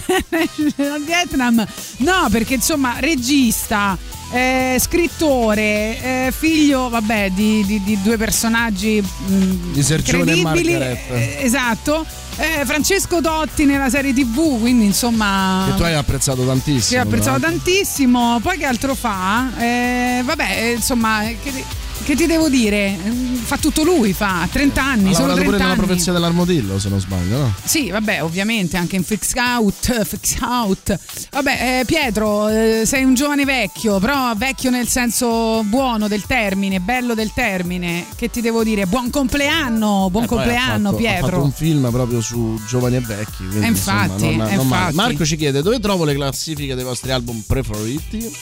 dal Vietnam. No, perché insomma, regista, Eh, scrittore, eh, figlio vabbè di, di, di due personaggi mh, di Sergione e Margaret, eh, esatto, eh, Francesco Dotti nella serie tivù, quindi insomma che tu hai apprezzato tantissimo. Sì, ho apprezzato no? tantissimo. Poi che altro fa? Eh, vabbè, insomma, che, che ti devo dire? Fa tutto lui, fa trenta anni, ha solo lavorato trenta pure anni. nella profezia dell'armadillo, se non sbaglio, no? Sì, vabbè, ovviamente anche in Fix Out, Fix Out. Vabbè, eh, Pietro, eh, sei un giovane vecchio, però vecchio nel senso buono del termine, bello del termine. Che ti devo dire? Buon compleanno, buon eh, compleanno, ha fatto, Pietro. Ha fatto un film proprio su giovani e vecchi. Quindi, eh, infatti, insomma, non, eh, non infatti. Marco ci chiede dove trovo le classifiche dei vostri album preferiti.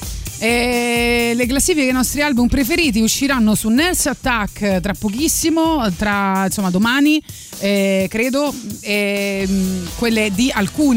E le classifiche dei nostri album preferiti usciranno su Nurse Attack tra pochissimo, tra insomma domani, eh, credo, e, mh, quelle di alcuni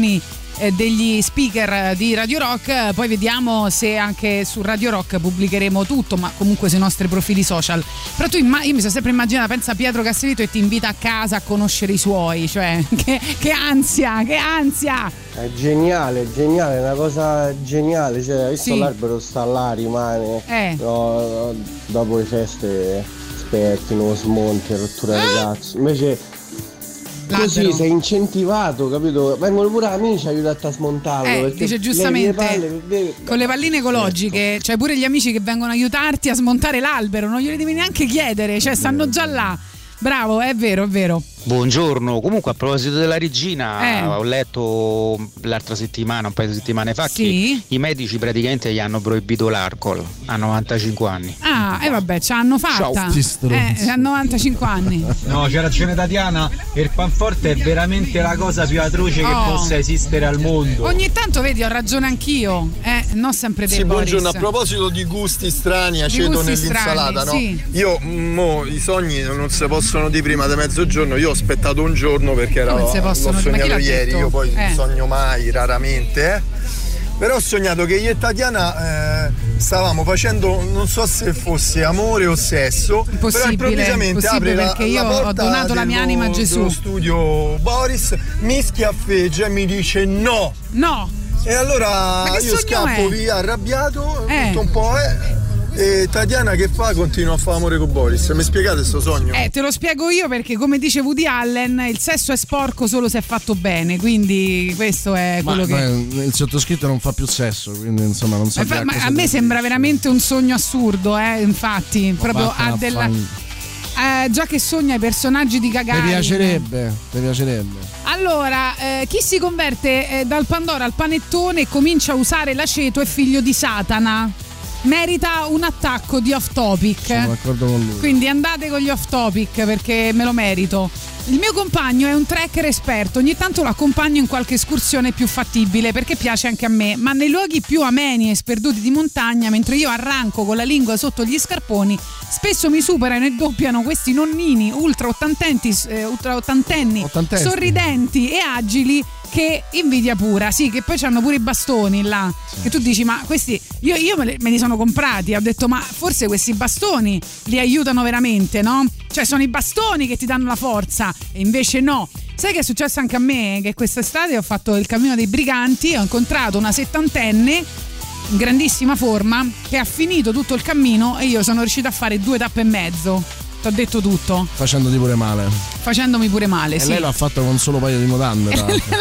eh, degli speaker di Radio Rock. Poi vediamo se anche su Radio Rock pubblicheremo tutto, ma comunque sui nostri profili social. Però tu imma- io mi sono sempre immaginata, pensa a Pietro Castellitto e ti invita a casa a conoscere i suoi, cioè che, che ansia, che ansia! È geniale, geniale, è una cosa geniale, cioè, visto Sì. l'albero sta là, rimane, Eh. no, dopo le feste spettino, smonti, rottura di cazzo, invece L'albero. così sei incentivato, capito? Vengono pure amici a aiutarti a smontarlo, Eh, perché dice le- giustamente, le palle, le- con le palline ecologiche, cioè pure gli amici che vengono a aiutarti a smontare l'albero, non glieli devi neanche chiedere, cioè stanno già là. Bravo, è vero, è vero. Buongiorno, comunque a proposito della regina, Eh. ho letto l'altra settimana, un paio di settimane fa, Sì. che i medici praticamente gli hanno proibito l'alcol a novantacinque anni. Ah, e eh vabbè, ce l'hanno fatta. Ciao, sti stronzi. Eh, a novantacinque anni. No, c'è ragione Tatiana, il panforte è veramente la cosa più atroce che Oh. possa esistere al mondo. Ogni tanto vedi, ho ragione anch'io, eh, non sempre te, Sì, buongiorno. Boris. A proposito di gusti strani, aceto gusti nell'insalata, strani, no? sì. Io mo i sogni non si possono di prima di mezzogiorno, io ho aspettato un giorno perché era, Come si l'ho possono? Ma chi sognato l'ha ieri, detto? io poi Eh. sogno mai, raramente, eh. Però ho sognato che io e Tatiana eh, stavamo facendo, non so se fosse amore o sesso, però Impossibile, improvvisamente impossibile, apre la, perché io la ho porta donato la mia dello- anima a Gesù. dello studio Boris, mi schiaffeggia e mi dice no. No. E allora Ma che io sogno scappo è? via arrabbiato, Eh. tutto un po', eh. E Tatiana che fa? Continua a fare amore con Boris. Mi spiegate sto sogno? Eh, te lo spiego io perché, come dice Woody Allen, il sesso è sporco solo se è fatto bene, quindi questo è Ma, quello che... ma il sottoscritto non fa più sesso, quindi insomma non so. Ma fa- ma a me sembra veramente un sogno assurdo, eh, infatti, proprio vattene ha a della... fan- eh, già che sogna i personaggi di Mi Gagarin. piacerebbe, mi piacerebbe. Allora, eh, chi si converte eh, dal Pandora al panettone e comincia a usare l'aceto è figlio di Satana. Merita un attacco di off topic. Sono d'accordo con lui. Quindi andate con gli off topic perché me lo merito. Il mio compagno è un trekker esperto, ogni tanto lo accompagno in qualche escursione più fattibile perché piace anche a me, ma nei luoghi più ameni e sperduti di montagna, mentre io arranco con la lingua sotto gli scarponi, spesso mi superano e doppiano questi nonnini ultra ottantenti, eh, ultra ottantenni, Ottanteschi. sorridenti e agili, che invidia pura. Sì, che poi c'hanno pure i bastoni là, che tu dici ma questi, io, io me, le- me li sono comprati, ho detto ma forse questi bastoni li aiutano veramente, no? Cioè sono i bastoni che ti danno la forza, e invece no. Sai che è successo anche a me? Che quest'estate ho fatto il cammino dei briganti, ho incontrato una settantenne in grandissima forma che ha finito tutto il cammino e io sono riuscita a fare due tappe e mezzo. Ti ho detto tutto, Facendoti pure male. facendomi pure male, E sì. lei l'ha fatto con un solo paio di mutande. tra l'altro.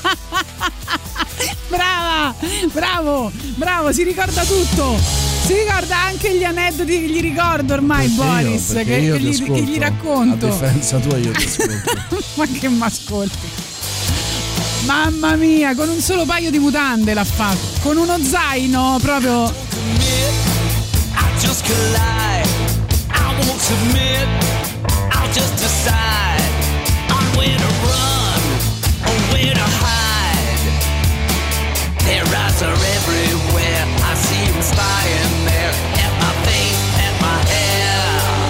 Brava, bravo, bravo, si ricorda tutto. Si ricorda anche gli aneddoti che gli ricordo ormai, Perché io- Boris, perché che, io che ti gli, ascolto. che gli racconto. A differenza tua io ti ascolto. Ma che m'ascolti? Mamma mia, con un solo paio di mutande l'ha fatto. Con uno zaino proprio. I just collide. I won't submit. I'll just decide on where to run or where to hide. Their eyes are everywhere. I see them spying there at my face, at my hair.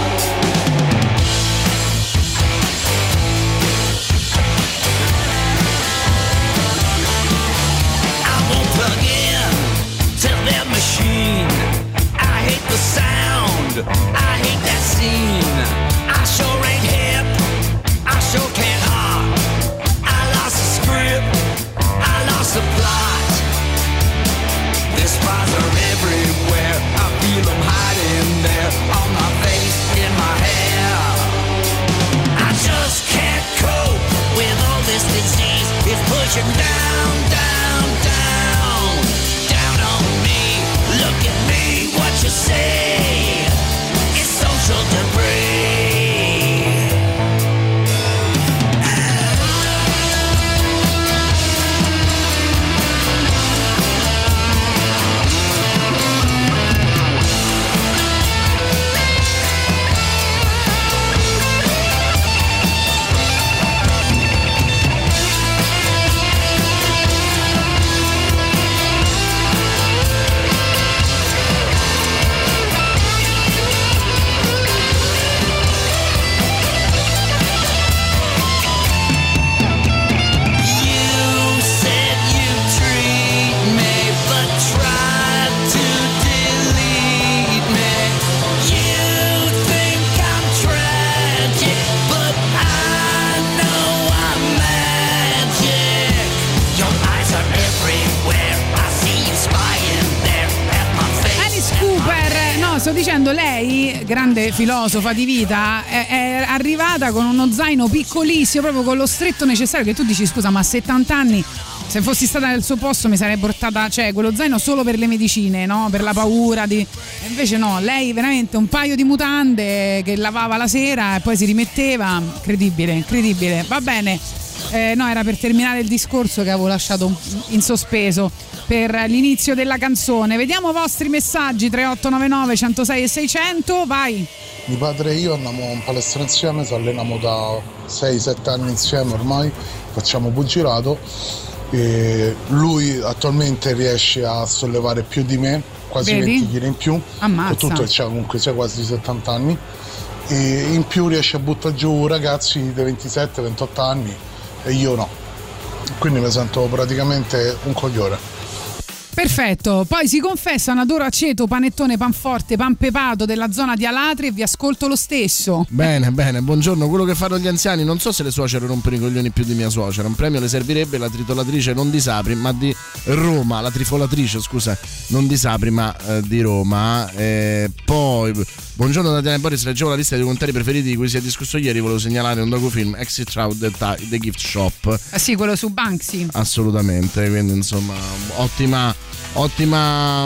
I won't plug in to their machine. I hate the sound, I hate that scene. I sure ain't hip, I sure can't hop. I lost the script, I lost the plot. Their spies are everywhere, I feel them hiding there, on my face, in my hair. I just can't cope with all this disease. It's pushing down, down, down, down on me. Look at me, what you say? It's social debris. sto dicendo, lei, grande filosofa di vita, è, è arrivata con uno zaino piccolissimo, proprio con lo stretto necessario, che tu dici scusa, ma a settanta anni, se fossi stata nel suo posto mi sarei portata, cioè, quello zaino solo per le medicine, no? Per la paura di... E invece no, lei veramente un paio di mutande che lavava la sera e poi si rimetteva. Incredibile, incredibile. Va bene, eh, no, era per terminare il discorso che avevo lasciato in sospeso per l'inizio della canzone. Vediamo i vostri messaggi. Tre otto nove nove uno zero sei e seicento. Vai. Mio padre e io andiamo in palestra insieme, ci alleniamo da sei sette anni insieme ormai, facciamo pugilato e lui attualmente riesce a sollevare più di me, quasi Vedi? venti chili in più. Ammazza. Con tutto c'ha comunque c'ha quasi settanta anni e in più riesce a buttare giù ragazzi di ventisette ventotto anni e io no, quindi mi sento praticamente un coglione. Perfetto, poi si confessano: adoro aceto, panettone, panforte, pan pepato della zona di Alatri e vi ascolto lo stesso. Bene, bene, buongiorno. Quello che fanno gli anziani, non so se le suocere rompono i coglioni più di mia suocera. Un premio le servirebbe la tritolatrice non di Sapri ma di Roma, la trifolatrice scusa, non di Sapri ma eh, di Roma. E poi buongiorno Tatiana e Boris, leggevo la lista dei commentari preferiti di cui si è discusso ieri, volevo segnalare un docufilm Exit Route the, the Gift Shop. Ah sì, quello su Banksy. Assolutamente, quindi insomma ottima ottima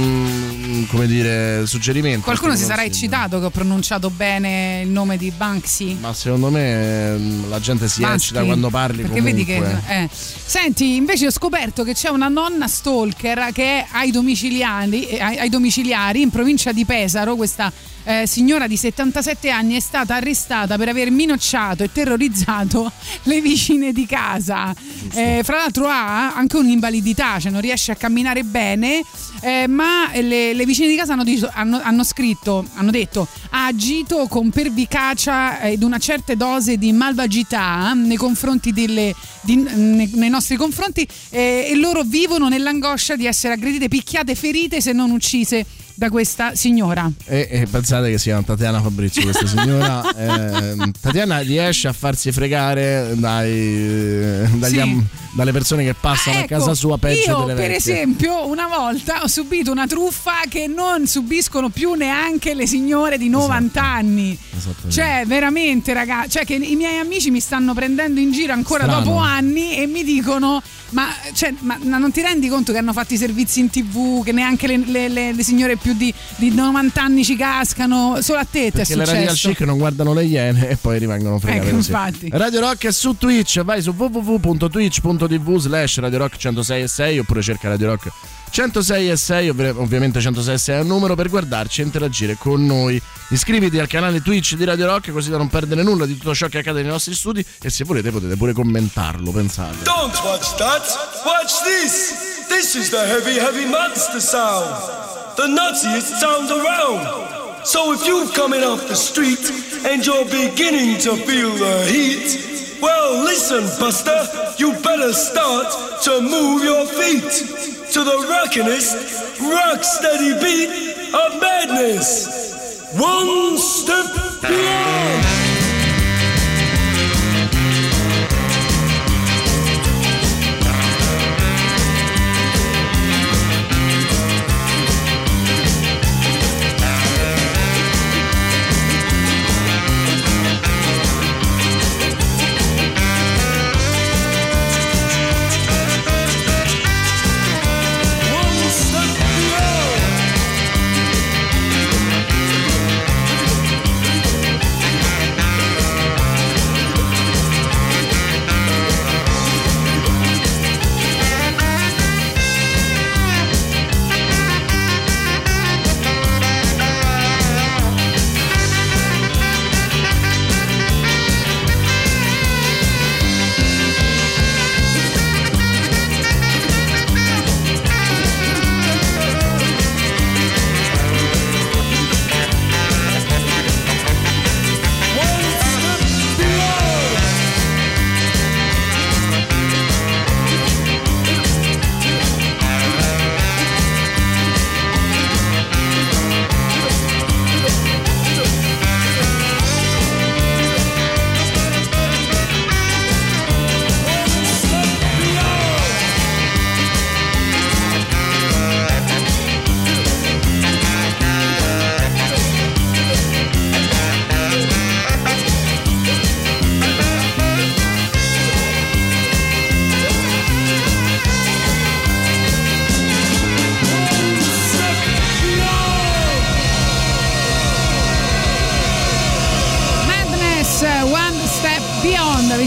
mh, come dire suggerimento. Qualcuno si sarà eccitato che ho pronunciato bene il nome di Banksy? Ma secondo me la gente si Banksy, eccita quando parli perché comunque. vedi che eh. Senti, invece ho scoperto che c'è una nonna stalker che è ai domiciliari, ai, ai domiciliari in provincia di Pesaro. Questa eh, signora di settantasette anni è stata arrestata per aver minacciato e terrorizzato le vicine di casa. Eh, fra l'altro ha anche un'invalidità, cioè non riesce a camminare bene, eh, ma le, le vicine di casa hanno, hanno, hanno scritto, hanno detto ha agito con pervicacia ed una certa dose di malvagità nei confronti delle di, nei, nei nostri confronti eh, e loro vivono nell'angoscia di essere aggredite, picchiate, ferite se non uccise da questa signora. E, e pensate che si chiama Tatiana Fabrizio questa signora. eh, Tatiana riesce a farsi fregare dai, dagli Sì. am, dalle persone che passano Ah, a ecco, casa sua peggio io delle per vecchie. esempio una volta ho subito una truffa che non subiscono più neanche le signore di novanta anni. Cioè veramente ragazzi, cioè che i miei amici mi stanno prendendo in giro ancora Strano. dopo anni e mi dicono ma, cioè, ma non ti rendi conto che hanno fatto i servizi in tv, che neanche le, le, le, le signore più di, di novanta anni ci cascano? Solo a te ti è Perché le radical successo. chic non guardano le iene e poi rimangono fregate Ecco, così. infatti. Radio Rock è su Twitch, vai su w w w punto twitch punto t v slash Radio Rock centosei e sei oppure cerca Radio Rock centosei e sei, ovvi- ovviamente centosei e sei è il numero per guardarci e interagire con noi. Iscriviti al canale Twitch di Radio Rock così da non perdere nulla di tutto ciò che accade nei nostri studi e se volete potete pure commentarlo, pensate. Don't watch that. Watch this. This is the heavy, heavy monster sound. The nuttiest sound around. So if you're coming off the street and you're beginning to feel the heat, well, listen, Buster, you better start to move your feet to the rockinest, rock steady beat of madness. One step beyond.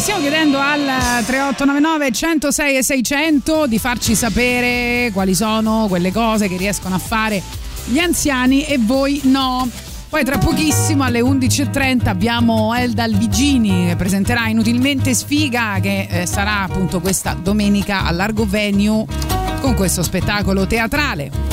stiamo chiedendo al tre otto nove nove uno zero sei e seicento di farci sapere quali sono quelle cose che riescono a fare gli anziani e voi no. Poi tra pochissimo alle undici e trenta abbiamo Elda Alvigini che presenterà Inutilmente Sfiga, che eh, sarà appunto questa domenica al Largo Venue con questo spettacolo teatrale.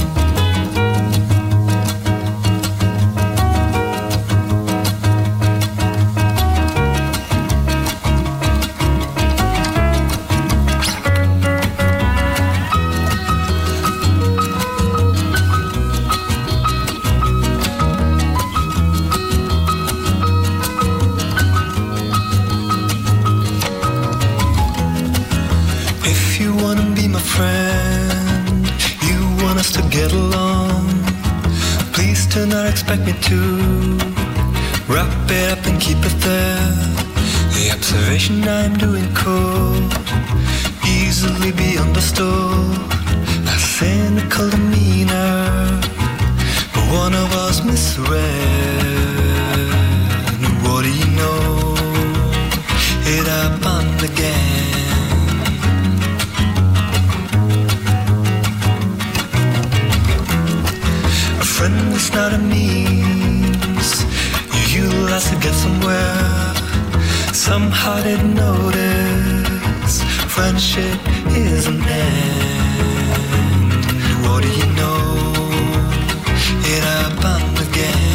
Friend, you want us to get along. Please do not expect me to wrap it up and keep it there. The observation I'm doing could easily be understood. A cynical demeanor, but one of us misread. What do you know? It happened again. Friend is not a means you utilize to get somewhere. Somehow didn't notice friendship is an end. What do you know? It happened again.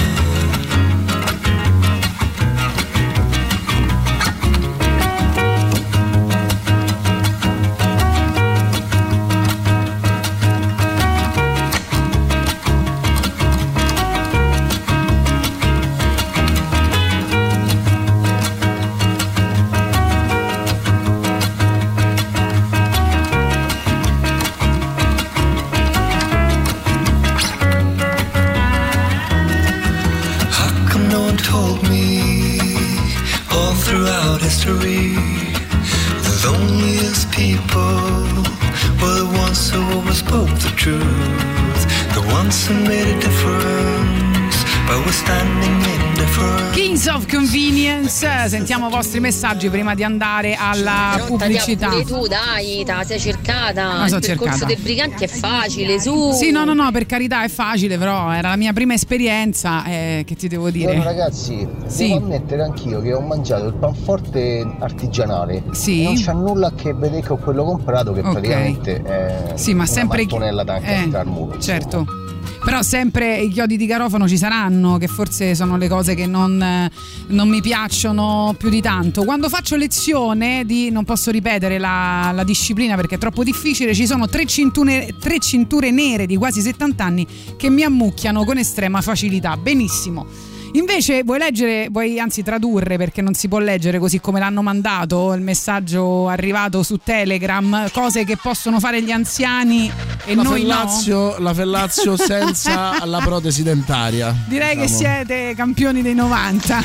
History, the loneliest people were the ones who always spoke the truth, the ones who made a difference by withstanding indifference. Kings of Convenience, sentiamo i vostri messaggi prima di andare alla pubblicità. Pure tu dai, te la sei cercata. Ma so il percorso cercata. dei briganti è facile, su. Sì, no, no, no, per carità è facile, però era la mia prima esperienza, eh, che ti devo dire. Buongiorno ragazzi, sì. Devo ammettere anch'io che ho mangiato il panforte artigianale. Sì. E non c'ha nulla a che vedere con quello comprato, che Ok. praticamente è Sì, ma una sempre mattonella da incastrare al muro. Certo. Però sempre i chiodi di garofano ci saranno, che forse sono le cose che non, eh, non mi piacciono più di tanto. Quando faccio lezione di, non posso ripetere la, la disciplina perché è troppo difficile, ci sono tre cinture, tre cinture nere di quasi settanta anni che mi ammucchiano con estrema facilità. Benissimo. Invece vuoi leggere, vuoi anzi tradurre, perché non si può leggere così come l'hanno mandato il messaggio arrivato su Telegram, cose che possono fare gli anziani e la noi fellazio, no? La fellazio senza la protesi dentaria. Direi diciamo. che siete campioni dei novanta.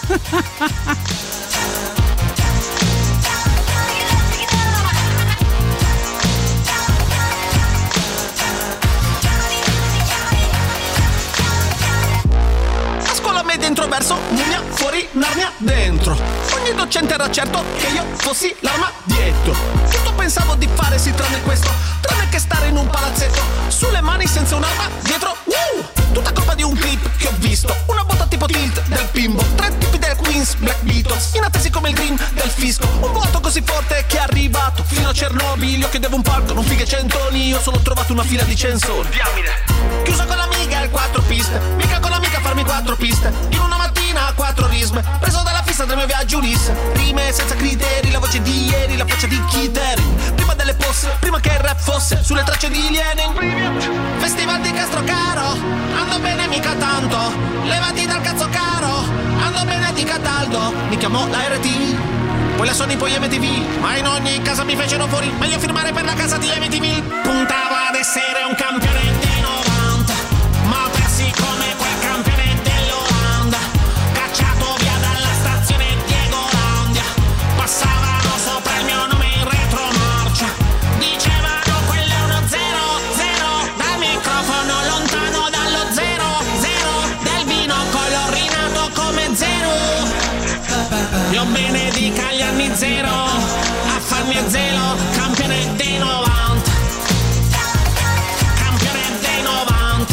Dentro verso Mugna, fuori Narnia, dentro. Ogni docente era certo che io fossi l'armadietto. Tutto pensavo di fare sì tranne questo, tranne che stare in un palazzetto sulle mani senza un'arma dietro. uh! Tutta colpa di un clip che ho visto, una botta tipo tilt del Pimbo, tre tipi del Queens, Black Beatles, inattesi come il green del fisco. Un vuoto così forte che è arrivato fino a Chernobyl. Io chiedevo un palco, non fighe centoni, io solo ho trovato una fila di censori. Diamine. Chiuso con l'amica il quattro piste, mica con l'amica farmi quattro piste. In una mattina a quattro risme, preso dalla fissa del mio viaggio Ulisse. Rime senza criteri, la voce di ieri, la faccia di Kiteri. Prima delle posse, prima che il rap fosse sulle tracce di Lenin. Festival di Castrocaro, ando bene mica tanto. Levati dal cazzo caro, ando bene di Cataldo. Mi chiamò la R T, poi la Sony, poi M T V. Ma in ogni casa mi fecero fuori, meglio firmare per la casa di M T V. Puntava ad essere un campione dei novanta, ma persi come quel campione dell'Olanda. Cacciato via dalla stazione Diego Landia, passavano sopra il mio nome in retromarcia. Dicevano quello è uno zero zero, dal microfono lontano dallo zero zero, del vino colorinato come zero. Io bene di Cagliari zero a farmi a zero, campione dei novanta, campione dei novanta,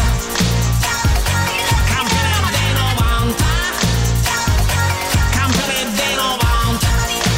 campione dei novanta, campione dei novanta.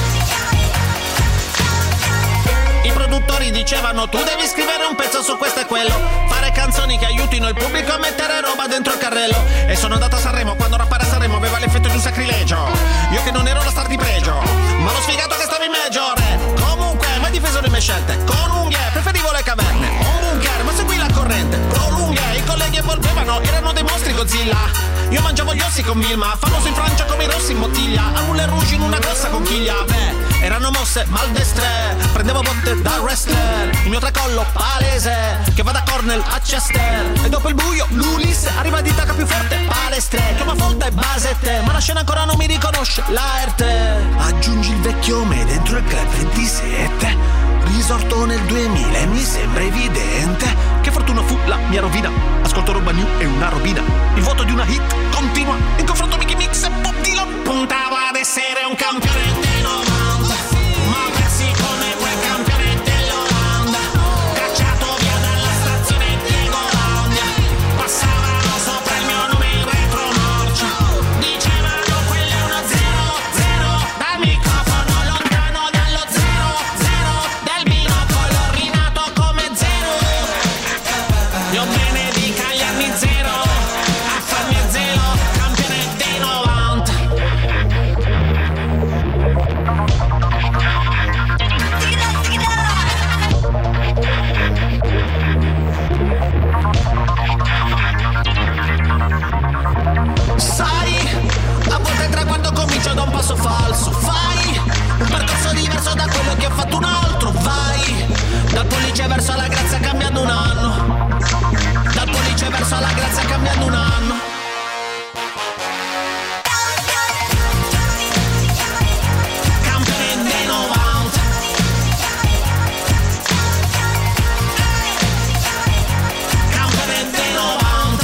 I produttori dicevano tu devi scrivere un pezzo su questo e quello, fare canzoni che aiutino il pubblico a mettere roba dentro il carrello. E sono andato a Sanremo quando rappare a Sanremo aveva l'effetto di un sacrilegio. Io che non ero la star di pregio, ma l'ho sfigato che stavo in major. Comunque mai difeso le mie scelte, con unghie preferivo le caverne. Un bunker ma seguì la corrente, pro lunghe i colleghi evolvevano, erano dei mostri Godzilla. Io mangiavo gli ossi con Vilma, famoso in Francia come i rossi in bottiglia, a Moulin Rouge in una grossa conchiglia. Beh, erano mosse maldestre, prendevo botte da wrestler, il mio tracollo palese che va da Cornell a Chester. E dopo il buio l'Ulisse arriva di tacca più forte, palestre, chiama folta e basette, ma la scena ancora non mi riconosce l'arte. Aggiungi il vecchio me dentro il club ventisette, risorto nel duemila e mi sembra evidente che fortuna fu la mia rovina. Ascolto roba new e una robina, il vuoto di una hit continua, in confronto Mickey Mix e Bob Dylan. Puntavo ad essere un campione dei novanta, ma persi come quel campione dell'Olanda, cacciato via dalla stazione di Golandia. Passavano sopra il mio nome in retromorcia, dicevano quello è uno zero zero, dal microfono lontano dallo zero zero, del binocolo rinato come zero. Io benedica gli anni zero a farmi a zero, campione dei novanta. Sai, a volte il traguardo comincia da un passo falso. Fai un percorso diverso da quello che ha fatto un altro. Vai dal pollice verso la grazia cambiando un anno, dal pollice verso la grazia cambiando un anno. Campione dei novanta, campione dei novanta.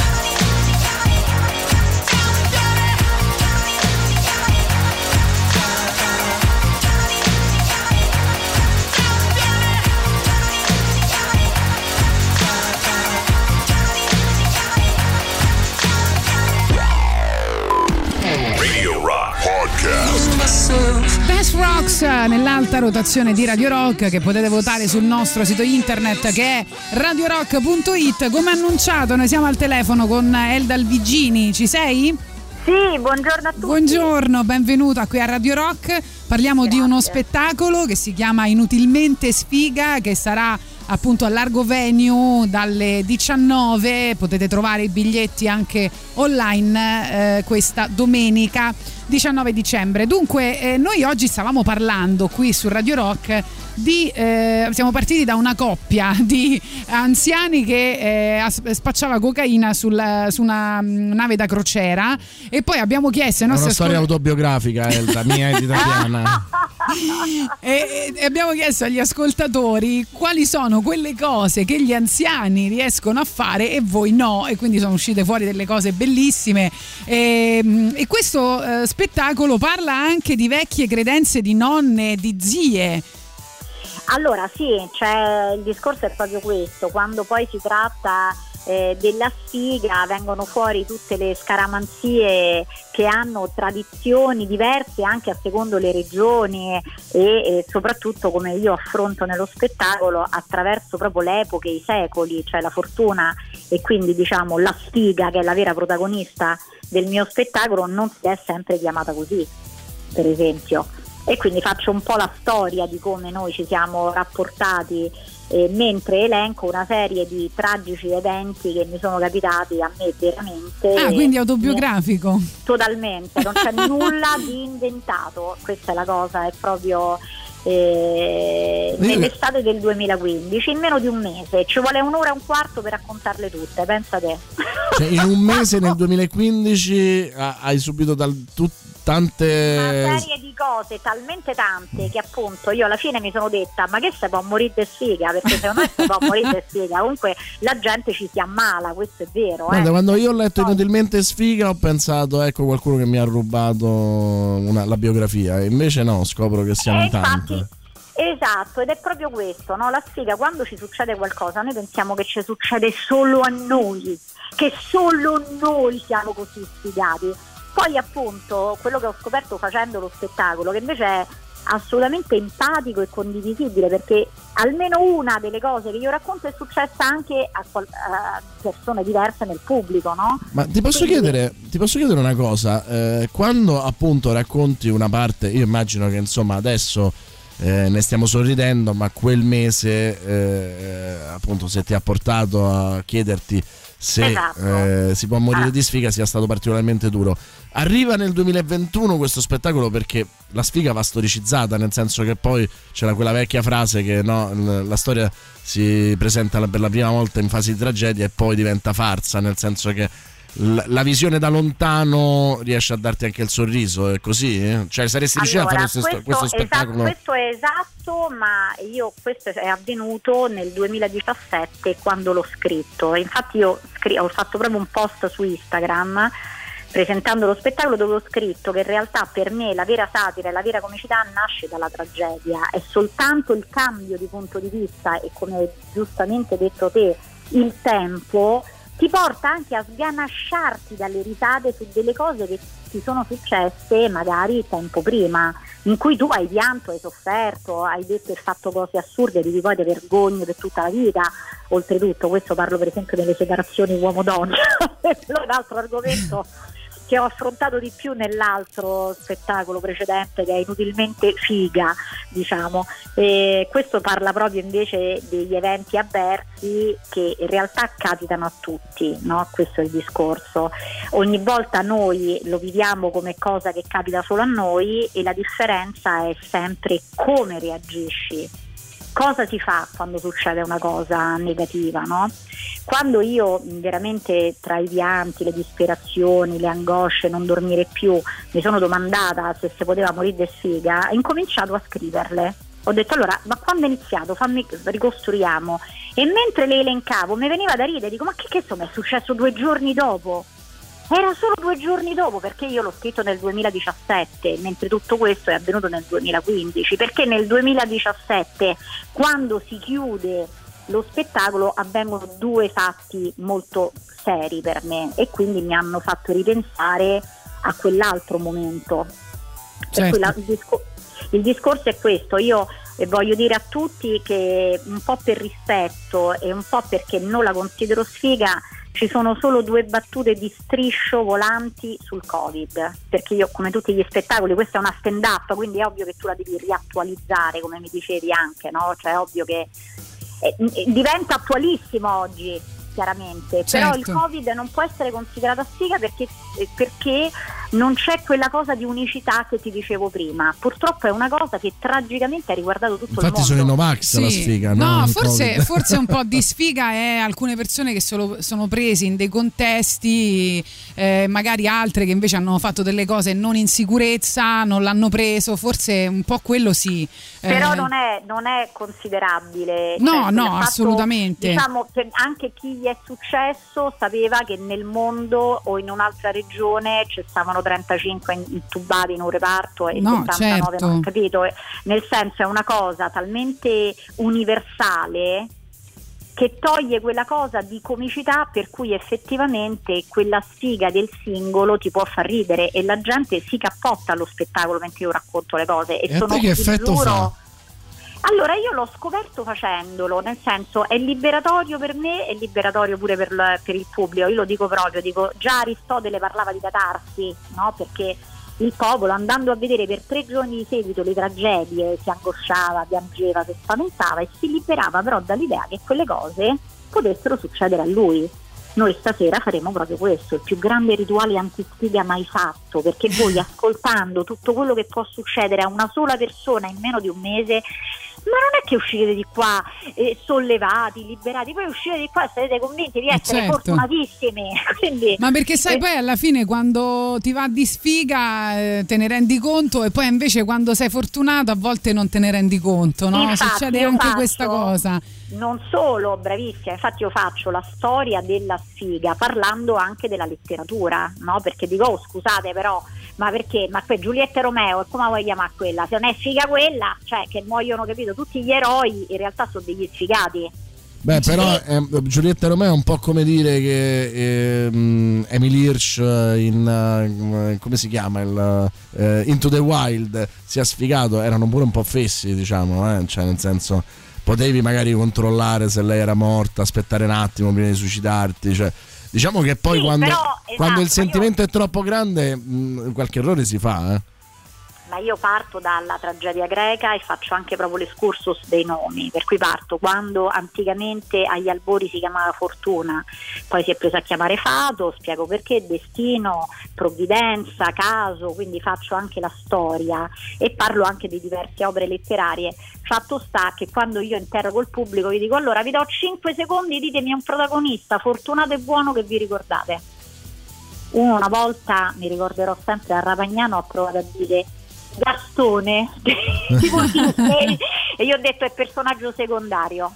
Radio Rock Podcast. Best Rocks nell'alta rotazione di Radio Rock, che potete votare sul nostro sito internet che è radio rock punto it. Come annunciato noi siamo al telefono con Elda Alvigini, ci sei? Sì, buongiorno a tutti. Buongiorno, benvenuta qui a Radio Rock. Parliamo Grazie. di uno spettacolo che si chiama Inutilmente Sfiga, che sarà appunto a Largo Venue dalle diciannove. Potete trovare i biglietti anche online eh, questa domenica diciannove dicembre. Dunque eh, noi oggi stavamo parlando qui su Radio Rock di eh, siamo partiti da una coppia di anziani che eh, spacciava cocaina sul, su una nave da crociera, e poi abbiamo chiesto ai nostri una storia ascol- autobiografica, Elda, mia ed italiana. e, e abbiamo chiesto agli ascoltatori quali sono quelle cose che gli anziani riescono a fare e voi no, e quindi sono uscite fuori delle cose bellissime. E, e questo eh, spettacolo parla anche di vecchie credenze di nonne, di zie. Allora sì, cioè, il discorso è proprio questo: quando poi si tratta eh, della sfiga vengono fuori tutte le scaramanzie che hanno tradizioni diverse anche a secondo le regioni, e, e soprattutto, come io affronto nello spettacolo, attraverso proprio le epoche, i secoli, cioè la fortuna e quindi diciamo la sfiga, che è la vera protagonista del mio spettacolo, non si è sempre chiamata così, per esempio. E quindi faccio un po' la storia di come noi ci siamo rapportati, eh, mentre elenco una serie di tragici eventi che mi sono capitati a me veramente. Ah, quindi autobiografico? Mi, totalmente, non c'è nulla di inventato, questa è la cosa, è proprio eh, nell'estate del duemilaquindici, in meno di un mese, ci vuole un'ora e un quarto per raccontarle tutte, pensa te. Cioè in un mese nel duemilaquindici hai subito dal tutto tante una serie di cose talmente tante che appunto io alla fine mi sono detta ma che se può morire di sfiga, perché secondo me si può morire di sfiga, comunque la gente ci si ammala, questo è vero. Guarda, eh. quando io ho letto Inutilmente Sfiga ho pensato ecco qualcuno che mi ha rubato una, la biografia, e invece no, scopro che siamo eh, in tanti. infatti, esatto, ed è proprio questo, no? La sfiga, quando ci succede qualcosa noi pensiamo che ci succede solo a noi, che solo noi siamo così sfigati. Poi appunto quello che ho scoperto facendo lo spettacolo, che invece è assolutamente empatico e condivisibile, perché almeno una delle cose che io racconto è successa anche a, qual- a persone diverse nel pubblico, no? Ma ti posso, Quindi... chiedere, ti posso chiedere una cosa, eh, quando appunto racconti una parte, io immagino che insomma adesso eh, ne stiamo sorridendo, ma quel mese eh, appunto se ti ha portato a chiederti se esatto. eh, si può morire ah. di sfiga sia stato particolarmente duro. Arriva nel duemilaventuno questo spettacolo perché la sfiga va storicizzata, nel senso che poi c'era quella vecchia frase che no, la storia si presenta per la prima volta in fase di tragedia e poi diventa farsa, nel senso che la visione da lontano riesce a darti anche il sorriso, è così? Eh? Cioè saresti riuscito allora, a fare questo, questo spettacolo? Esatto, questo è esatto, ma io questo è avvenuto nel duemiladiciassette quando l'ho scritto. Infatti io scri- ho fatto proprio un post su Instagram presentando lo spettacolo dove ho scritto che in realtà per me la vera satira e la vera comicità nasce dalla tragedia, è soltanto il cambio di punto di vista e, come hai giustamente detto te, il tempo ti porta anche a sganasciarti dalle risate su delle cose che ti sono successe magari tempo prima, in cui tu hai pianto, hai sofferto, hai detto e fatto cose assurde di cui poi ti vergogni per tutta la vita. Oltretutto, questo parlo per esempio delle separazioni uomo-donna, è un altro argomento che ho affrontato di più nell'altro spettacolo precedente, che è Inutilmente Figa, diciamo. E questo parla proprio invece degli eventi avversi che in realtà capitano a tutti, no? Questo è il discorso. Ogni volta noi lo viviamo come cosa che capita solo a noi e la differenza è sempre come reagisci. Cosa si fa quando succede una cosa negativa, no? Quando io veramente tra i pianti, le disperazioni, le angosce, non dormire più, mi sono domandata se si poteva morire di sfiga, ho incominciato a scriverle. Ho detto allora, ma quando è iniziato? Fammi, ricostruiamo. E mentre le elencavo mi veniva da ridere, dico ma che che è successo due giorni dopo? Era solo due giorni dopo, perché io l'ho scritto nel duemiladiciassette, mentre tutto questo è avvenuto nel duemilaquindici, perché nel duemiladiciassette, quando si chiude lo spettacolo, avvengono due fatti molto seri per me e quindi mi hanno fatto ripensare a quell'altro momento. Certo. Per cui la, il, discor- il discorso è questo, io eh, voglio dire a tutti che un po' per rispetto e un po' perché non la considero sfiga, ci sono solo due battute di striscio volanti sul Covid, perché io, come tutti gli spettacoli, questa è una stand up, quindi è ovvio che tu la devi riattualizzare, come mi dicevi anche, no? Cioè è ovvio che eh, diventa attualissimo oggi, chiaramente, certo. Però il Covid non può essere considerata sfiga perché, perché non c'è quella cosa di unicità che ti dicevo prima. Purtroppo è una cosa che tragicamente ha riguardato tutto Infatti il mondo. sono i Novax Sì. la sfiga, no? no forse, forse un po' di sfiga è alcune persone che sono, sono presi in dei contesti, eh, magari altre che invece hanno fatto delle cose non in sicurezza, non l'hanno preso, forse un po' quello sì. Però eh. non è, non è considerabile. No, cioè, no, fatto, assolutamente. Diciamo che anche chi gli è successo sapeva che nel mondo o in un'altra regione ci stavano trentacinque intubati in un reparto e No, settantanove certo. non, capito? Nel senso è una cosa talmente universale che toglie quella cosa di comicità per cui effettivamente quella sfiga del singolo ti può far ridere e la gente si cappotta allo spettacolo mentre io racconto le cose e, E a sono te che effetto giuro, fa? Allora io l'ho scoperto facendolo, nel senso è liberatorio per me, è liberatorio pure per, l- per il pubblico, io lo dico proprio, dico già Aristotele parlava di catarsi, no? Perché il popolo andando a vedere per tre giorni di seguito le tragedie si angosciava, piangeva, si spaventava e si liberava però dall'idea che quelle cose potessero succedere a lui. Noi stasera faremo proprio questo, il più grande rituale antisfiga mai fatto, perché voi ascoltando tutto quello che può succedere a una sola persona in meno di un mese ma non è che uscite di qua eh, sollevati, liberati, poi uscite di qua e sarete convinti di essere certo. fortunatissimi. Quindi, ma perché sai, eh, poi alla fine quando ti va di sfiga eh, te ne rendi conto, e poi invece quando sei fortunato a volte non te ne rendi conto, no? Infatti, Succede io anche faccio, questa cosa. Non solo, bravissima, infatti io faccio la storia della sfiga parlando anche della letteratura, no? Perché dico, oh, scusate però, ma perché? Ma que Giulietta e Romeo, e come vuoi chiamare quella? Se non è figa quella, cioè che muoiono, capito? Tutti gli eroi in realtà sono degli sfigati. Beh, però eh, Giulietta e Romeo è un po' come dire che eh, Emily Hirsch in uh, come si chiama il uh, Into the Wild sia sfigato, erano pure un po' fessi, diciamo, eh? Cioè nel senso, potevi magari controllare se lei era morta, aspettare un attimo prima di suicidarti, cioè diciamo che poi sì, quando, però, esatto, quando il sentimento io... è troppo grande mh, qualche errore si fa, eh. Ma io parto dalla tragedia greca e faccio anche proprio l'escursus dei nomi, per cui parto quando anticamente agli albori si chiamava Fortuna, poi si è presa a chiamare Fato, spiego perché, destino, provvidenza, caso, quindi faccio anche la storia e parlo anche di diverse opere letterarie. Fatto sta che quando io interrogo il pubblico gli dico, allora vi do cinque secondi, ditemi un protagonista fortunato e buono che vi ricordate. Uno una volta, mi ricorderò sempre, a Ravagnano ha provato a dire Gastone tipo Disney, e io ho detto è personaggio secondario.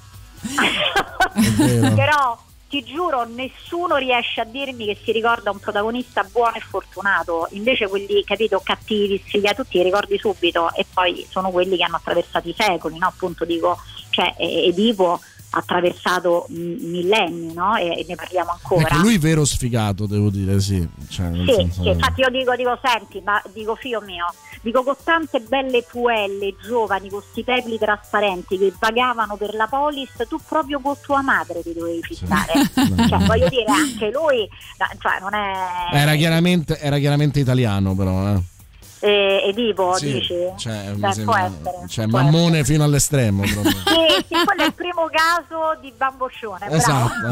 Però ti giuro nessuno riesce a dirmi che si ricorda un protagonista buono e fortunato, invece quelli, capito, cattivi, sfigati, tutti li ricordi subito, e poi sono quelli che hanno attraversato i secoli, no? Appunto dico, cioè Edipo ha attraversato millenni, no? E, e ne parliamo ancora. Ecco, lui vero sfigato, devo dire, sì. Cioè, nel sì, senso... sì, infatti io dico, dico, senti, ma dico figlio mio, dico con tante belle puelle giovani con sti peli trasparenti che vagavano per la polis, tu proprio con tua madre ti dovevi fissare. Sì. Cioè, voglio dire, anche lui, cioè, non è... Era chiaramente, era chiaramente italiano, però, eh. E, Edipo, sì, dici? Cioè, Beh, sembra, può essere, cioè può mammone essere. fino all'estremo proprio. Sì, sì, quello è il primo caso di bamboccione. Esatto.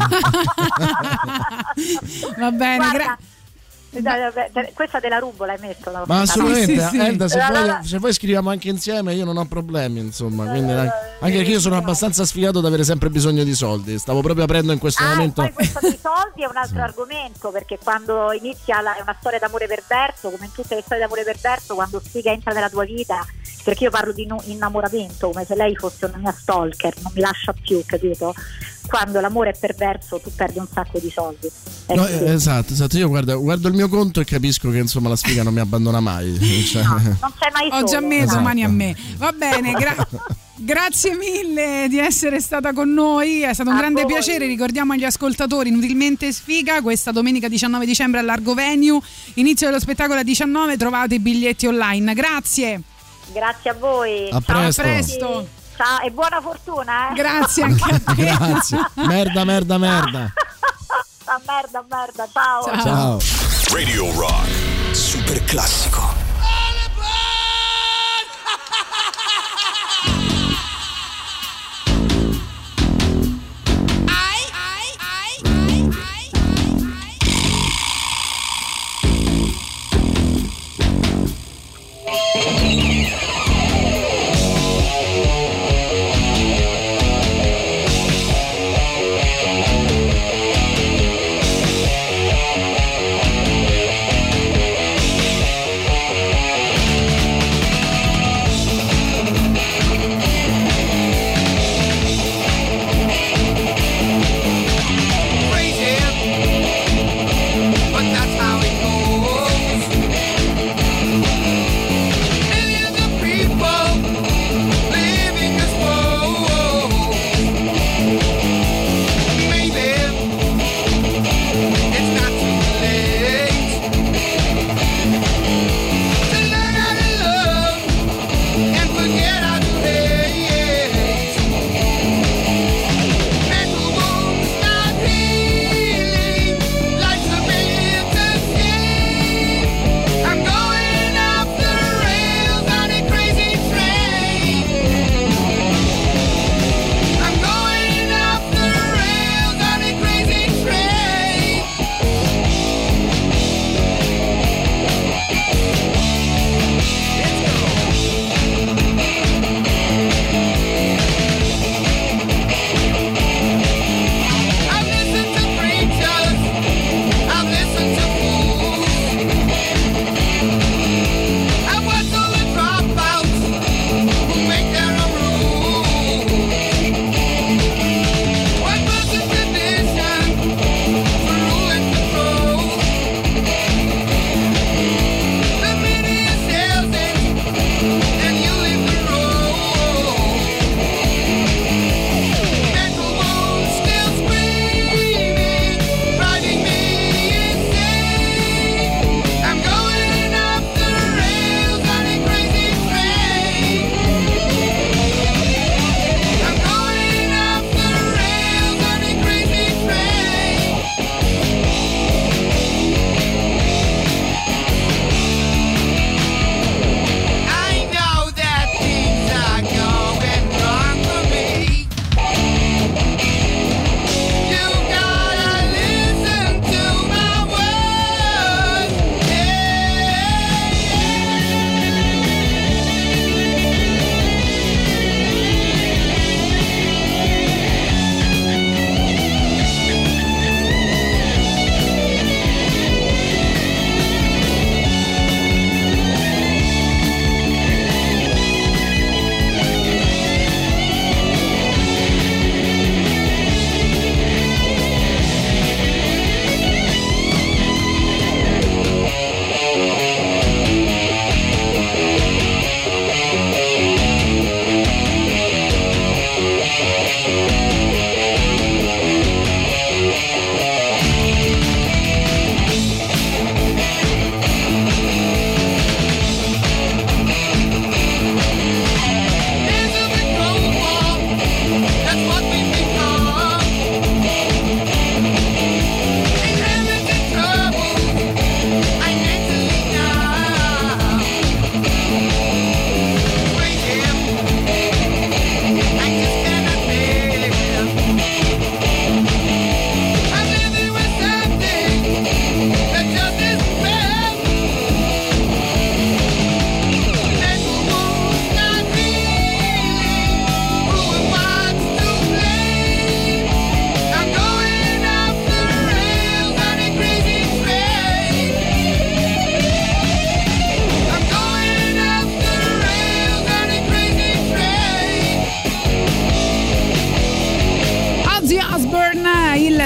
Va bene, Guarda, gra- questa te la rubo, l'hai messo? La Ma assolutamente, sì, sì, sì. Elda, se, La, poi, la, la. se poi scriviamo anche insieme io non ho problemi, insomma, quindi, anche perché io sono abbastanza sfigato ad avere sempre bisogno di soldi, stavo proprio aprendo in questo ah, momento. Poi questo dei soldi è un altro argomento, perché quando inizia la, è una storia d'amore perverso, come in tutte le storie d'amore perverso, quando Sfiga entra nella tua vita, perché io parlo di innamoramento come se lei fosse una mia stalker, non mi lascia più, capito? Quando l'amore è perverso tu perdi un sacco di soldi. No, eh, esatto, esatto, io guardo, guardo il mio conto e capisco che insomma la Sfiga non mi abbandona mai, cioè... no, non sei mai solo. Oggi a me, esatto. Domani a me. Va bene, gra- grazie mille di essere stata con noi, è stato un a grande voi. piacere. Ricordiamo agli ascoltatori, Inutilmente Sfiga, questa domenica diciannove dicembre al Largo Venue, inizio dello spettacolo alle diciannove, trovate i biglietti online. Grazie. Grazie a voi. A Ciao, presto. A presto. Ciao e buona fortuna, eh. Grazie anche a te. Grazie. Merda, merda, merda. Ah, merda, merda. Ciao. Ciao. Ciao. Radio Rock. Super classico.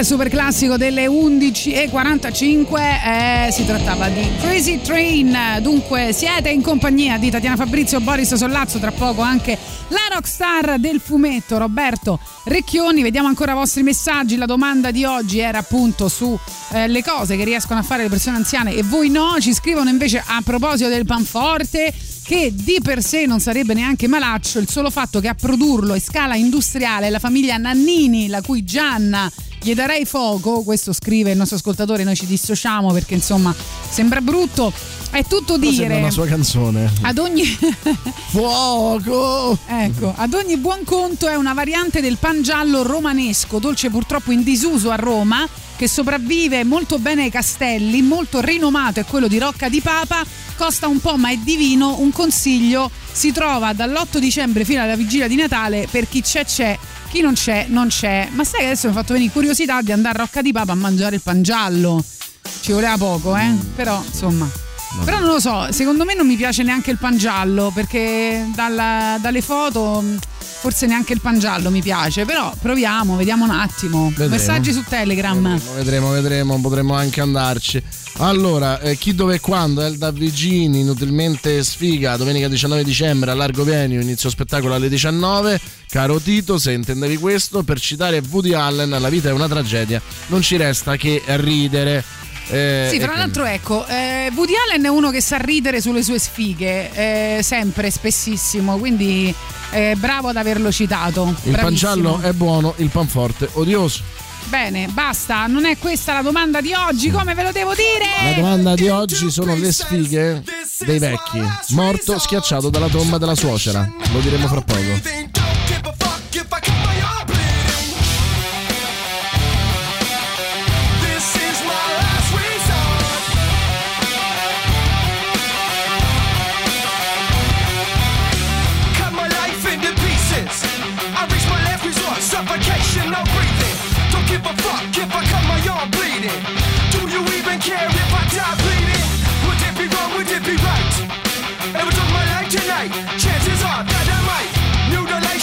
super classico delle undici e quarantacinque, eh, si trattava di Crazy Train. Dunque siete in compagnia di Tatiana Fabrizio, Boris Sollazzo, tra poco anche la rockstar del fumetto Roberto Recchioni. Vediamo ancora i vostri messaggi. La domanda di oggi era appunto su eh, le cose che riescono a fare le persone anziane e voi no. Ci scrivono invece a proposito del panforte che di per sé non sarebbe neanche malaccio, il solo fatto che a produrlo in scala industriale è la famiglia Nannini, la cui Gianna gli darei fuoco. Questo scrive il nostro ascoltatore, noi ci dissociamo perché insomma sembra brutto. È tutto dire. Sembra una sua canzone. Ad ogni fuoco. Ecco, ad ogni buon conto è una variante del pan giallo romanesco, dolce purtroppo in disuso a Roma, che sopravvive molto bene ai castelli, molto rinomato è quello di Rocca di Papa, costa un po' ma è divino. Un consiglio: si trova dall'otto dicembre fino alla vigilia di Natale, per chi c'è c'è, chi non c'è non c'è. Ma sai che adesso mi ha fatto venire curiosità di andare a Rocca di Papa a mangiare il pan giallo, ci voleva poco, eh? Però insomma, no. Però non lo so, secondo me non mi piace neanche il pan giallo, perché dalla, dalle foto forse neanche il pan giallo mi piace, però proviamo, vediamo un attimo. Vedremo. Messaggi su Telegram. Vedremo, vedremo, vedremo, potremo anche andarci. Allora, eh, chi, dove e quando? Elda Vigini, inutilmente sfiga, domenica diciannove dicembre a Largo Venio, inizio spettacolo alle diciannove. Caro Tito, se intendevi questo, per citare Woody Allen, la vita è una tragedia, non ci resta che ridere. Eh, sì, tra l'altro ecco, eh, Woody Allen è uno che sa ridere sulle sue sfighe, eh, sempre, spessissimo, quindi eh, bravo ad averlo citato. Il pan giallo è buono, il panforte odioso. Bene, basta, non è questa la domanda di oggi, come ve lo devo dire? La domanda di oggi sono le sfighe dei vecchi, morto schiacciato dalla tomba della suocera. Lo diremo fra poco. Suffocation, no breathing. Don't give a fuck if I cut my arm bleeding. Do you even care if I die bleeding? Would it be wrong, would it be right? If I took my life tonight, chances are that I might mutilate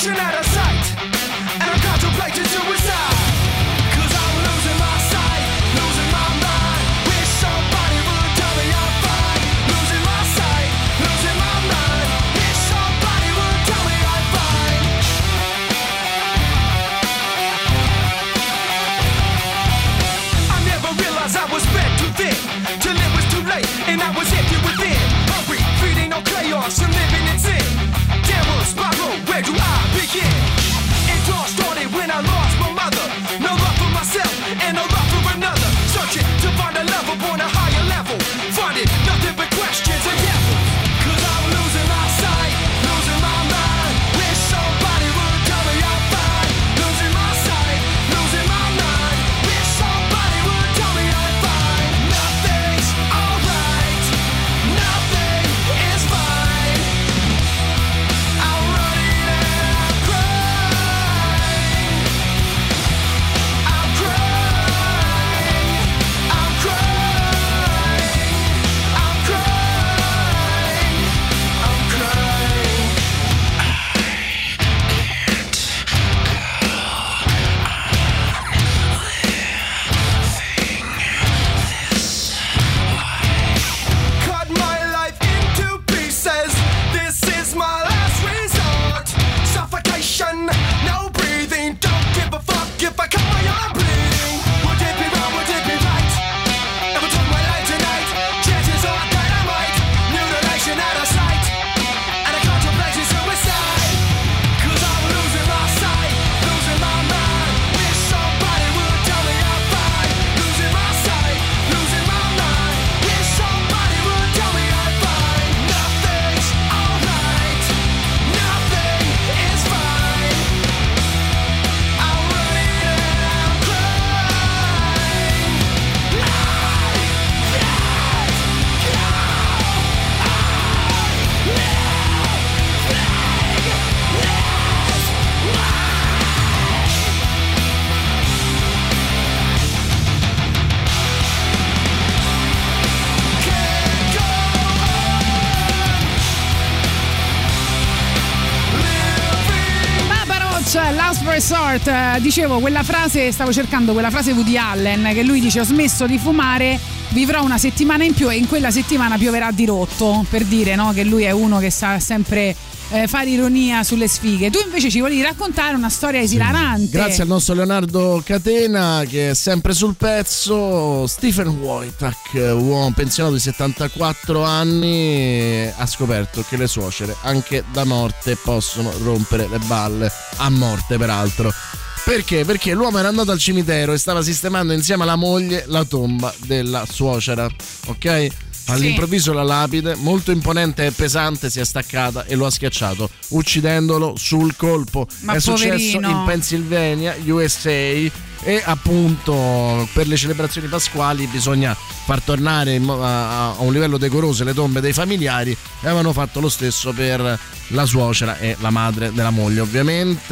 Resort. Eh, dicevo quella frase, stavo cercando quella frase Woody Allen che lui dice: ho smesso di fumare, vivrò una settimana in più e in quella settimana pioverà di rotto, per dire, no, che lui è uno che sa sempre eh, fare ironia sulle sfighe. Tu invece ci volevi raccontare una storia esilarante. Sì. Grazie al nostro Leonardo Catena che è sempre sul pezzo. Stephen Wojtak, uomo pensionato di settantaquattro anni, ha scoperto che le suocere anche da morte possono rompere le balle, a morte peraltro. Perché? Perché l'uomo era andato al cimitero e stava sistemando insieme alla moglie la tomba della suocera, ok? All'improvviso la lapide, molto imponente e pesante, si è staccata e lo ha schiacciato, uccidendolo sul colpo. Ma è poverino. successo in Pennsylvania, U S A, e appunto per le celebrazioni pasquali bisogna far tornare a un livello decoroso le tombe dei familiari, e avevano fatto lo stesso per la suocera e la madre della moglie, ovviamente.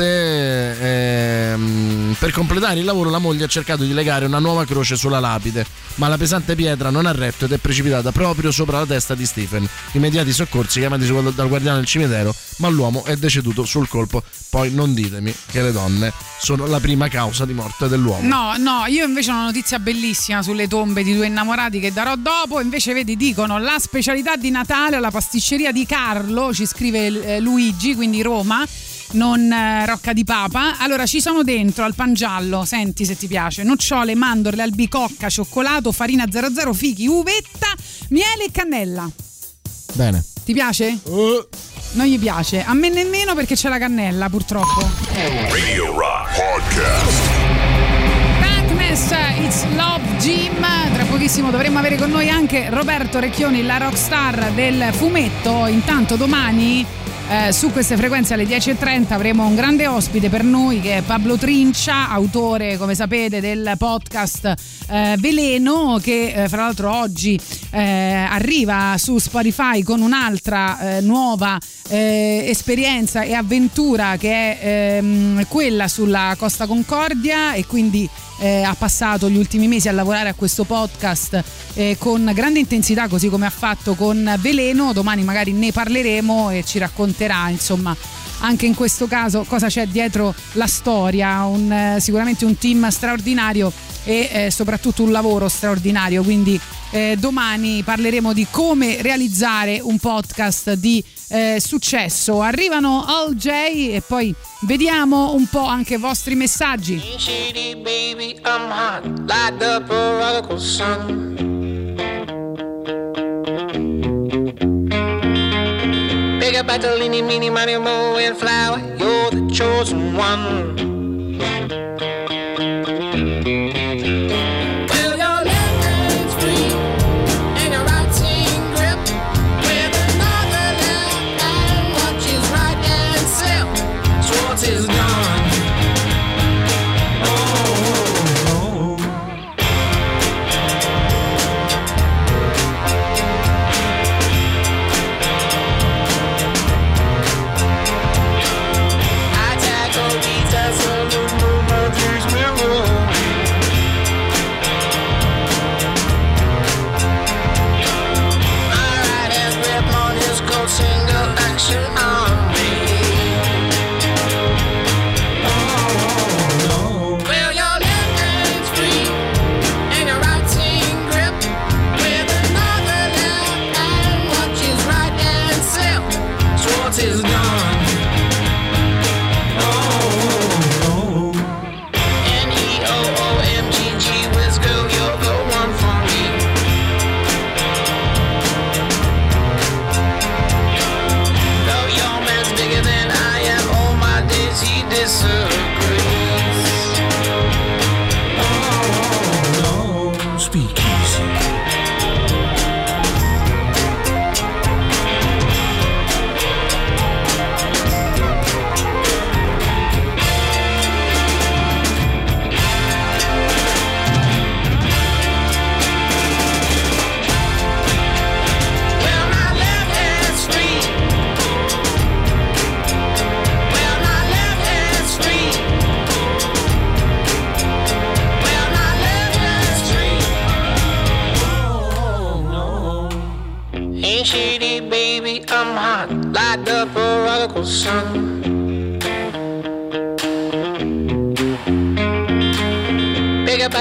Ehm, per completare il lavoro la moglie ha cercato di legare una nuova croce sulla lapide, ma la pesante pietra non ha retto ed è precipitata proprio sopra la testa di Stephen. Immediati soccorsi chiamati dal guardiano del cimitero, ma l'uomo è deceduto sul colpo. Poi non ditemi che le donne sono la prima causa di morte dell'uomo. No, no, io invece ho una notizia bellissima sulle tombe di due innamorati che darò dopo. Invece vedi, dicono la specialità di Natale alla pasticceria di Carlo, ci scrive eh, Luigi, quindi Roma, non eh, Rocca di Papa. Allora ci sono dentro al pangiallo, senti se ti piace, nocciole, mandorle, albicocca, cioccolato, farina zero zero, fichi, uvetta, miele e cannella. Bene. Ti piace? Uh. Non gli piace, a me nemmeno perché c'è la cannella purtroppo. Radio Rock Podcast. Darkness, It's Love Gym. Tra pochissimo dovremmo avere con noi anche Roberto Recchioni, la rockstar del fumetto. Intanto domani eh, su queste frequenze alle dieci e trenta avremo un grande ospite per noi che è Pablo Trincia, autore, come sapete, del podcast eh, Veleno, che eh, fra l'altro oggi eh, arriva su Spotify con un'altra eh, nuova eh, esperienza e avventura che è ehm, quella sulla Costa Concordia, e quindi eh, ha passato gli ultimi mesi a lavorare a questo podcast eh, con grande intensità, così come ha fatto con Veleno. Domani magari ne parleremo e ci racconterà, insomma, anche in questo caso cosa c'è dietro la storia. Un, eh, sicuramente un team straordinario e eh, soprattutto un lavoro straordinario, quindi eh, domani parleremo di come realizzare un podcast di eh, successo. Arrivano All J e poi vediamo un po' anche i vostri messaggi. Shady baby, I'm hot, light up a radical sun. Bigger, better, leany, meeny, miny, moe, and flower, you're the chosen one. Well, your left hand's free, and your right hand grip, with another left hand watches right and slip. Schwartz is gone. Single action on me. Oh, no. Well, your left hand's free and your right hand grip, with another left hand watches right and slip. Schwartz is gone. Oh, no. N E O O M G G Whiz girl, you're the one for me. Bigger than I am, all my days he disagrees. Oh, no. Speak easy. Ain't shady, baby, I'm hot, light up a radical sun.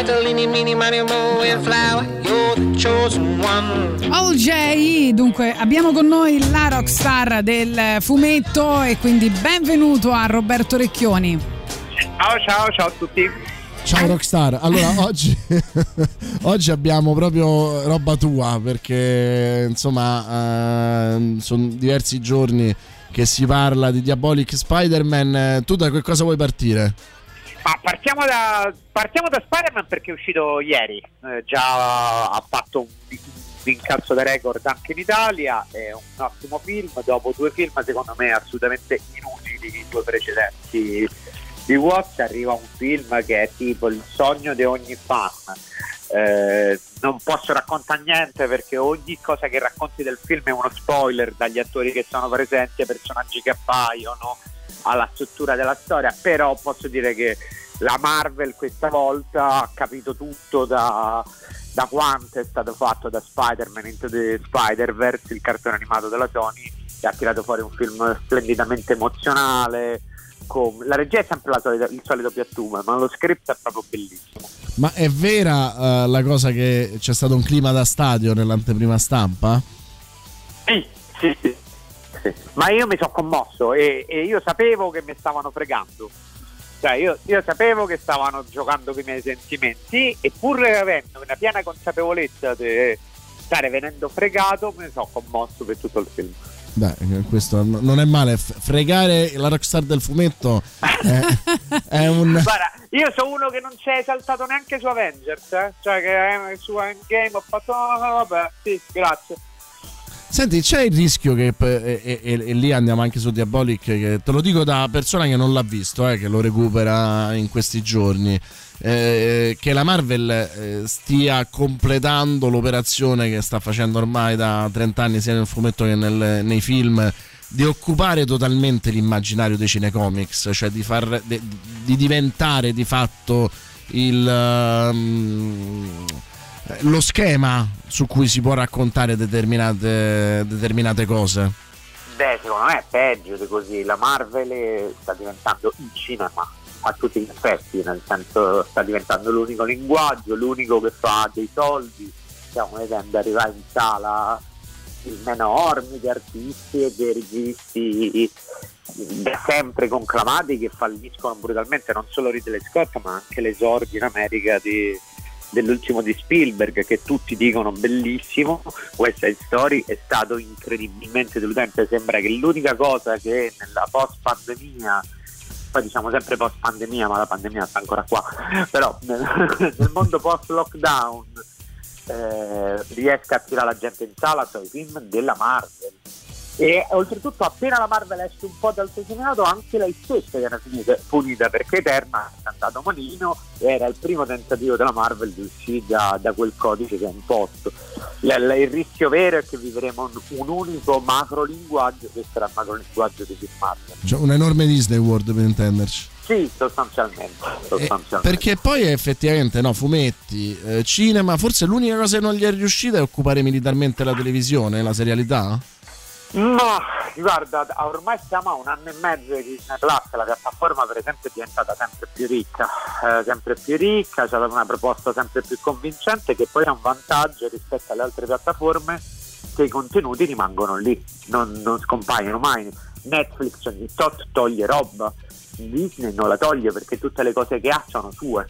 like a little mini Mario and flower. You're the chosen one. O J, dunque abbiamo con noi la rockstar del fumetto e quindi benvenuto a Roberto Recchioni. Ciao ciao ciao a tutti. Ciao Rockstar, allora oggi, oggi abbiamo proprio roba tua perché insomma uh, sono diversi giorni che si parla di Diabolic Spider-Man. Tu da che cosa vuoi partire? Ah, partiamo da partiamo da Spider-Man perché è uscito ieri, eh, già ha fatto un, un incazzo da record anche in Italia, è un ottimo film, dopo due film secondo me assolutamente inutili, i due precedenti di Watts, arriva un film che è tipo il sogno di ogni fan. Eh, non posso raccontare niente perché ogni cosa che racconti del film è uno spoiler, dagli attori che sono presenti ai personaggi che appaiono alla struttura della storia, però posso dire che la Marvel questa volta ha capito tutto da, da quanto è stato fatto da Spider-Man Into the Spider-Verse, il cartone animato della Sony, e ha tirato fuori un film splendidamente emozionale. Con... la regia è sempre la solita, il solito piattume, ma lo script è proprio bellissimo. Ma è vera uh, la cosa che c'è stato un clima da stadio nell'anteprima stampa? Sì, sì, sì, sì. Ma io mi sono commosso e, e io sapevo che mi stavano fregando, cioè io, io sapevo che stavano giocando con i miei sentimenti, e pur avendo una piena consapevolezza di stare venendo fregato mi sono commosso per tutto il film. Beh, questo non è male. Fregare la rockstar del fumetto è, è un... Guarda, io sono uno che non si è esaltato neanche su Avengers, eh? Cioè che su Endgame ho fatto oh, vabbè, sì, grazie. Senti, c'è il rischio che e, e, e lì andiamo anche su Diabolic, che te lo dico da persona che non l'ha visto, eh, che lo recupera in questi giorni, eh, che la Marvel eh, stia completando l'operazione che sta facendo ormai da trenta anni sia nel fumetto che nel, nei film, di occupare totalmente l'immaginario dei cinecomics, cioè di far di, di diventare di fatto il um, lo schema su cui si può raccontare determinate determinate cose. Beh, secondo me è peggio di così. La Marvel sta diventando il cinema a tutti gli effetti, nel senso sta diventando l'unico linguaggio, l'unico che fa dei soldi. Stiamo vedendo arrivare in sala film enormi di artisti e di registi da sempre conclamati che falliscono brutalmente, non solo Ridley Scott ma anche l'esordio in America di, dell'ultimo di Spielberg, che tutti dicono bellissimo. West Side Story è stato incredibilmente deludente, sembra che l'unica cosa che nella post pandemia, poi diciamo sempre post pandemia ma la pandemia sta ancora qua, però nel, nel mondo post lockdown eh, riesca a tirare la gente in sala sono i film della Marvel. E oltretutto appena la Marvel esce un po' dal suo seminato anche lei stessa viene punita, perché Eterna è andato malino, era il primo tentativo della Marvel di uscire da, da quel codice che ha imposto. L- l- il rischio vero è che vivremo un, un unico macro linguaggio che sarà il macro linguaggio di film Marvel, cioè un enorme Disney World per intenderci. Sì, sostanzialmente, sostanzialmente. Perché poi effettivamente no, fumetti, eh, cinema, forse l'unica cosa che non gli è riuscita è occupare militarmente la televisione, la serialità. No, guarda, ormai siamo a un anno e mezzo di Disney Plus, la piattaforma per esempio è diventata sempre più ricca, eh, sempre più ricca, c'è una proposta sempre più convincente, che poi ha un vantaggio rispetto alle altre piattaforme, che i contenuti rimangono lì, non, non scompaiono mai. Netflix ogni tot toglie roba, Disney non la toglie perché tutte le cose che ha sono sue.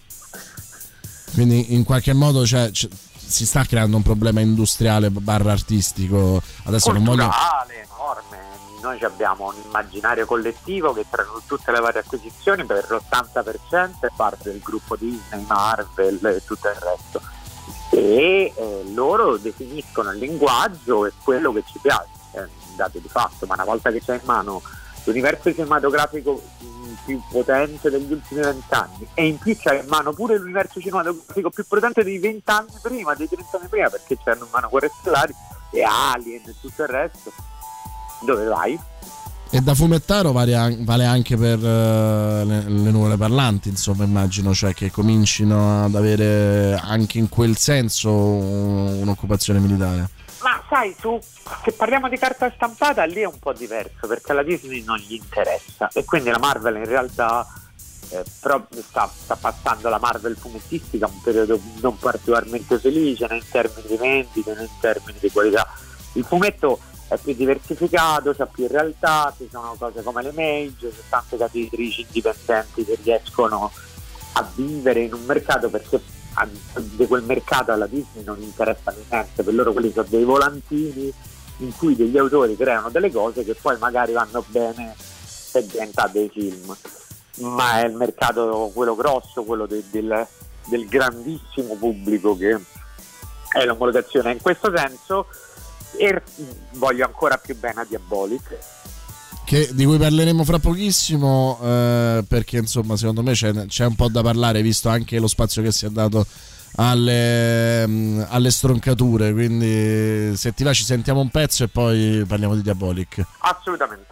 Quindi in qualche modo cioè, c- si sta creando un problema industriale barra artistico adesso. Culturale, non voglio... enorme. Noi abbiamo un immaginario collettivo che tra tutte le varie acquisizioni per l'ottanta per cento è parte del gruppo Disney, Marvel e tutto il resto, e eh, loro definiscono il linguaggio e quello che ci piace, è un dato di fatto. Ma una volta che c'è in mano l'universo cinematografico più potente degli ultimi vent'anni e in più c'è in mano pure l'universo cinematografico più potente dei vent'anni prima, dei trent'anni prima, perché c'hanno in mano Guerre Stellari e Alien e tutto il resto, dove vai? E da fumettaro vale, vale anche per uh, le, le nuvole parlanti, insomma, immagino, cioè che comincino ad avere anche in quel senso un'occupazione militare. Ma sai, su, se parliamo di carta stampata lì è un po' diverso, perché alla Disney non gli interessa, e quindi la Marvel in realtà eh, però sta, sta passando la Marvel fumettistica un periodo non particolarmente felice né in termini di vendite né in termini di qualità. Il fumetto è più diversificato, c'è più realtà, ci sono cose come le Mage, c'è tante case editrici indipendenti che riescono a vivere in un mercato, perché a, di quel mercato alla Disney non interessa niente, per loro quelli sono dei volantini in cui degli autori creano delle cose che poi magari vanno bene per diventare dei film, ma è il mercato quello grosso, quello de, del, del grandissimo pubblico che è l'omologazione. In questo senso e voglio ancora più bene a Diabolic, che, di cui parleremo fra pochissimo, eh, perché insomma secondo me c'è, c'è un po' da parlare, visto anche lo spazio che si è dato alle, um, alle stroncature, quindi se ti va ci sentiamo un pezzo e poi parliamo di Diabolic. Assolutamente.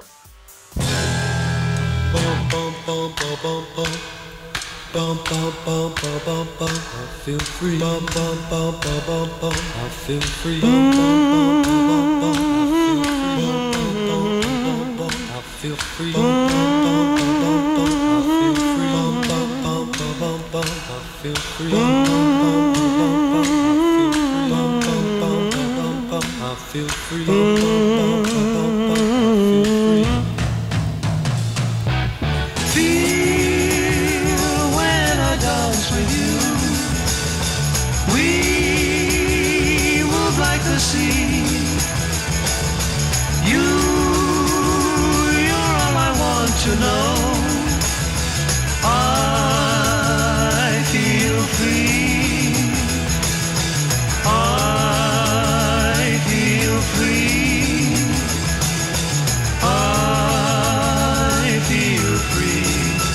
Bum bum bum bum bum bum, I feel free. Bum bum bum bum bum bum, I feel free. Bum bum bum bum bum bum, I feel free. Bum bum bum bum bum bum, I feel free. Bum bum bum bum bum, I feel free. Bum bum bum bum bum, I feel free. Bum bum bum bum bum, I feel free. With you, we move like the sea. You, you're all I want to know. I feel free. I feel free. I feel free.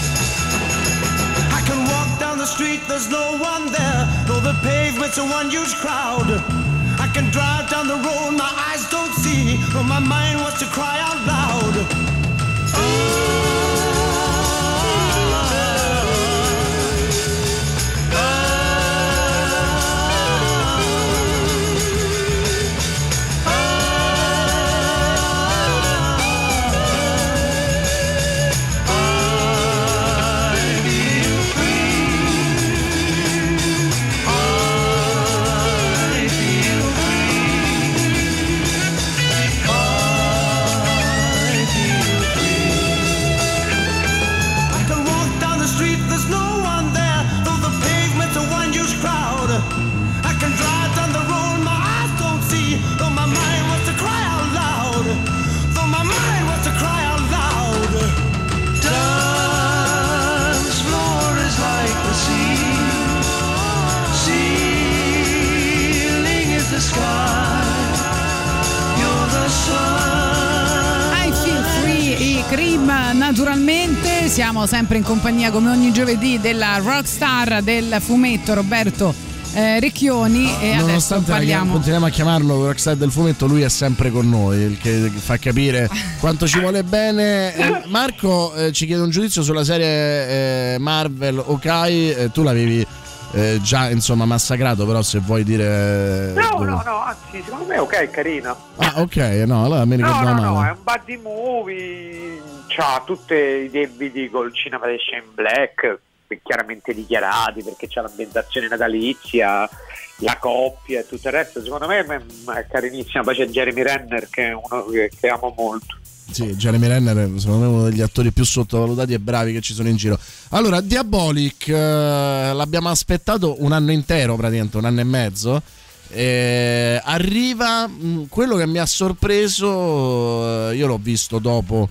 I can walk down the street, there's no one there. Though the pavement's a one huge crowd. I can drive down the road, my eyes don't see, but my mind wants to cry out loud. Oh. Cream, naturalmente siamo sempre in compagnia come ogni giovedì della rockstar del fumetto Roberto eh, Recchioni e adesso parliamo, continuiamo a chiamarlo rockstar del fumetto, lui è sempre con noi, il che fa capire quanto ci vuole bene. eh, Marco eh, ci chiede un giudizio sulla serie eh, Marvel Hawkeye, eh, tu l'avevi Eh, già insomma massacrato, però se vuoi dire no dove... no no anzi secondo me ok, è carina. Ah ok, no allora mi ricordo no no male. no è un buddy movie, c'ha tutti i debiti col cinema di Shane Black chiaramente dichiarati, perché c'è l'ambientazione natalizia, la coppia e tutto il resto. Secondo me è carinissima, poi c'è Jeremy Renner che è uno che, che amo molto. Sì, Jeremy Renner secondo me è uno degli attori più sottovalutati e bravi che ci sono in giro. Allora, Diabolic eh, l'abbiamo aspettato un anno intero, praticamente un anno e mezzo. Eh, arriva mh, quello che mi ha sorpreso, eh, io l'ho visto dopo,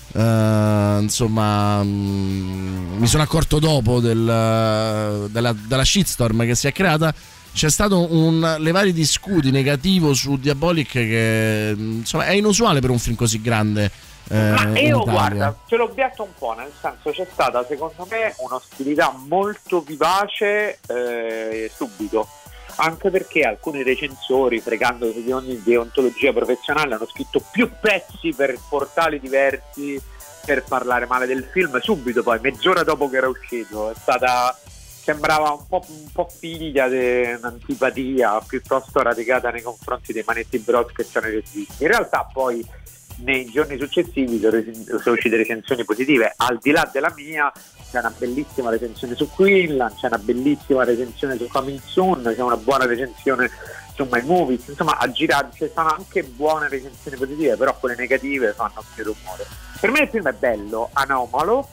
eh, insomma mh, mi sono accorto dopo del, della, della shitstorm che si è creata. C'è stato un levare di scudi negativo su Diabolic che insomma è inusuale per un film così grande. Eh, Ma io guarda, ce l'ho obbietto un po', nel senso c'è stata secondo me un'ostilità molto vivace eh, subito, anche perché alcuni recensori, fregandosi di ogni deontologia professionale, hanno scritto più pezzi per portali diversi per parlare male del film subito, poi mezz'ora dopo che era uscito. È stata... sembrava un po', un po' figlia di un'antipatia piuttosto radicata nei confronti dei manetti bros che sono i registi. In realtà poi nei giorni successivi sono uscite recensioni positive, al di là della mia, c'è una bellissima recensione su Quinlan, c'è una bellissima recensione su Coming Soon, c'è una buona recensione su My Movies, insomma a girare ci sono anche buone recensioni positive, però quelle negative fanno più rumore. Per me il film è bello, anomalo,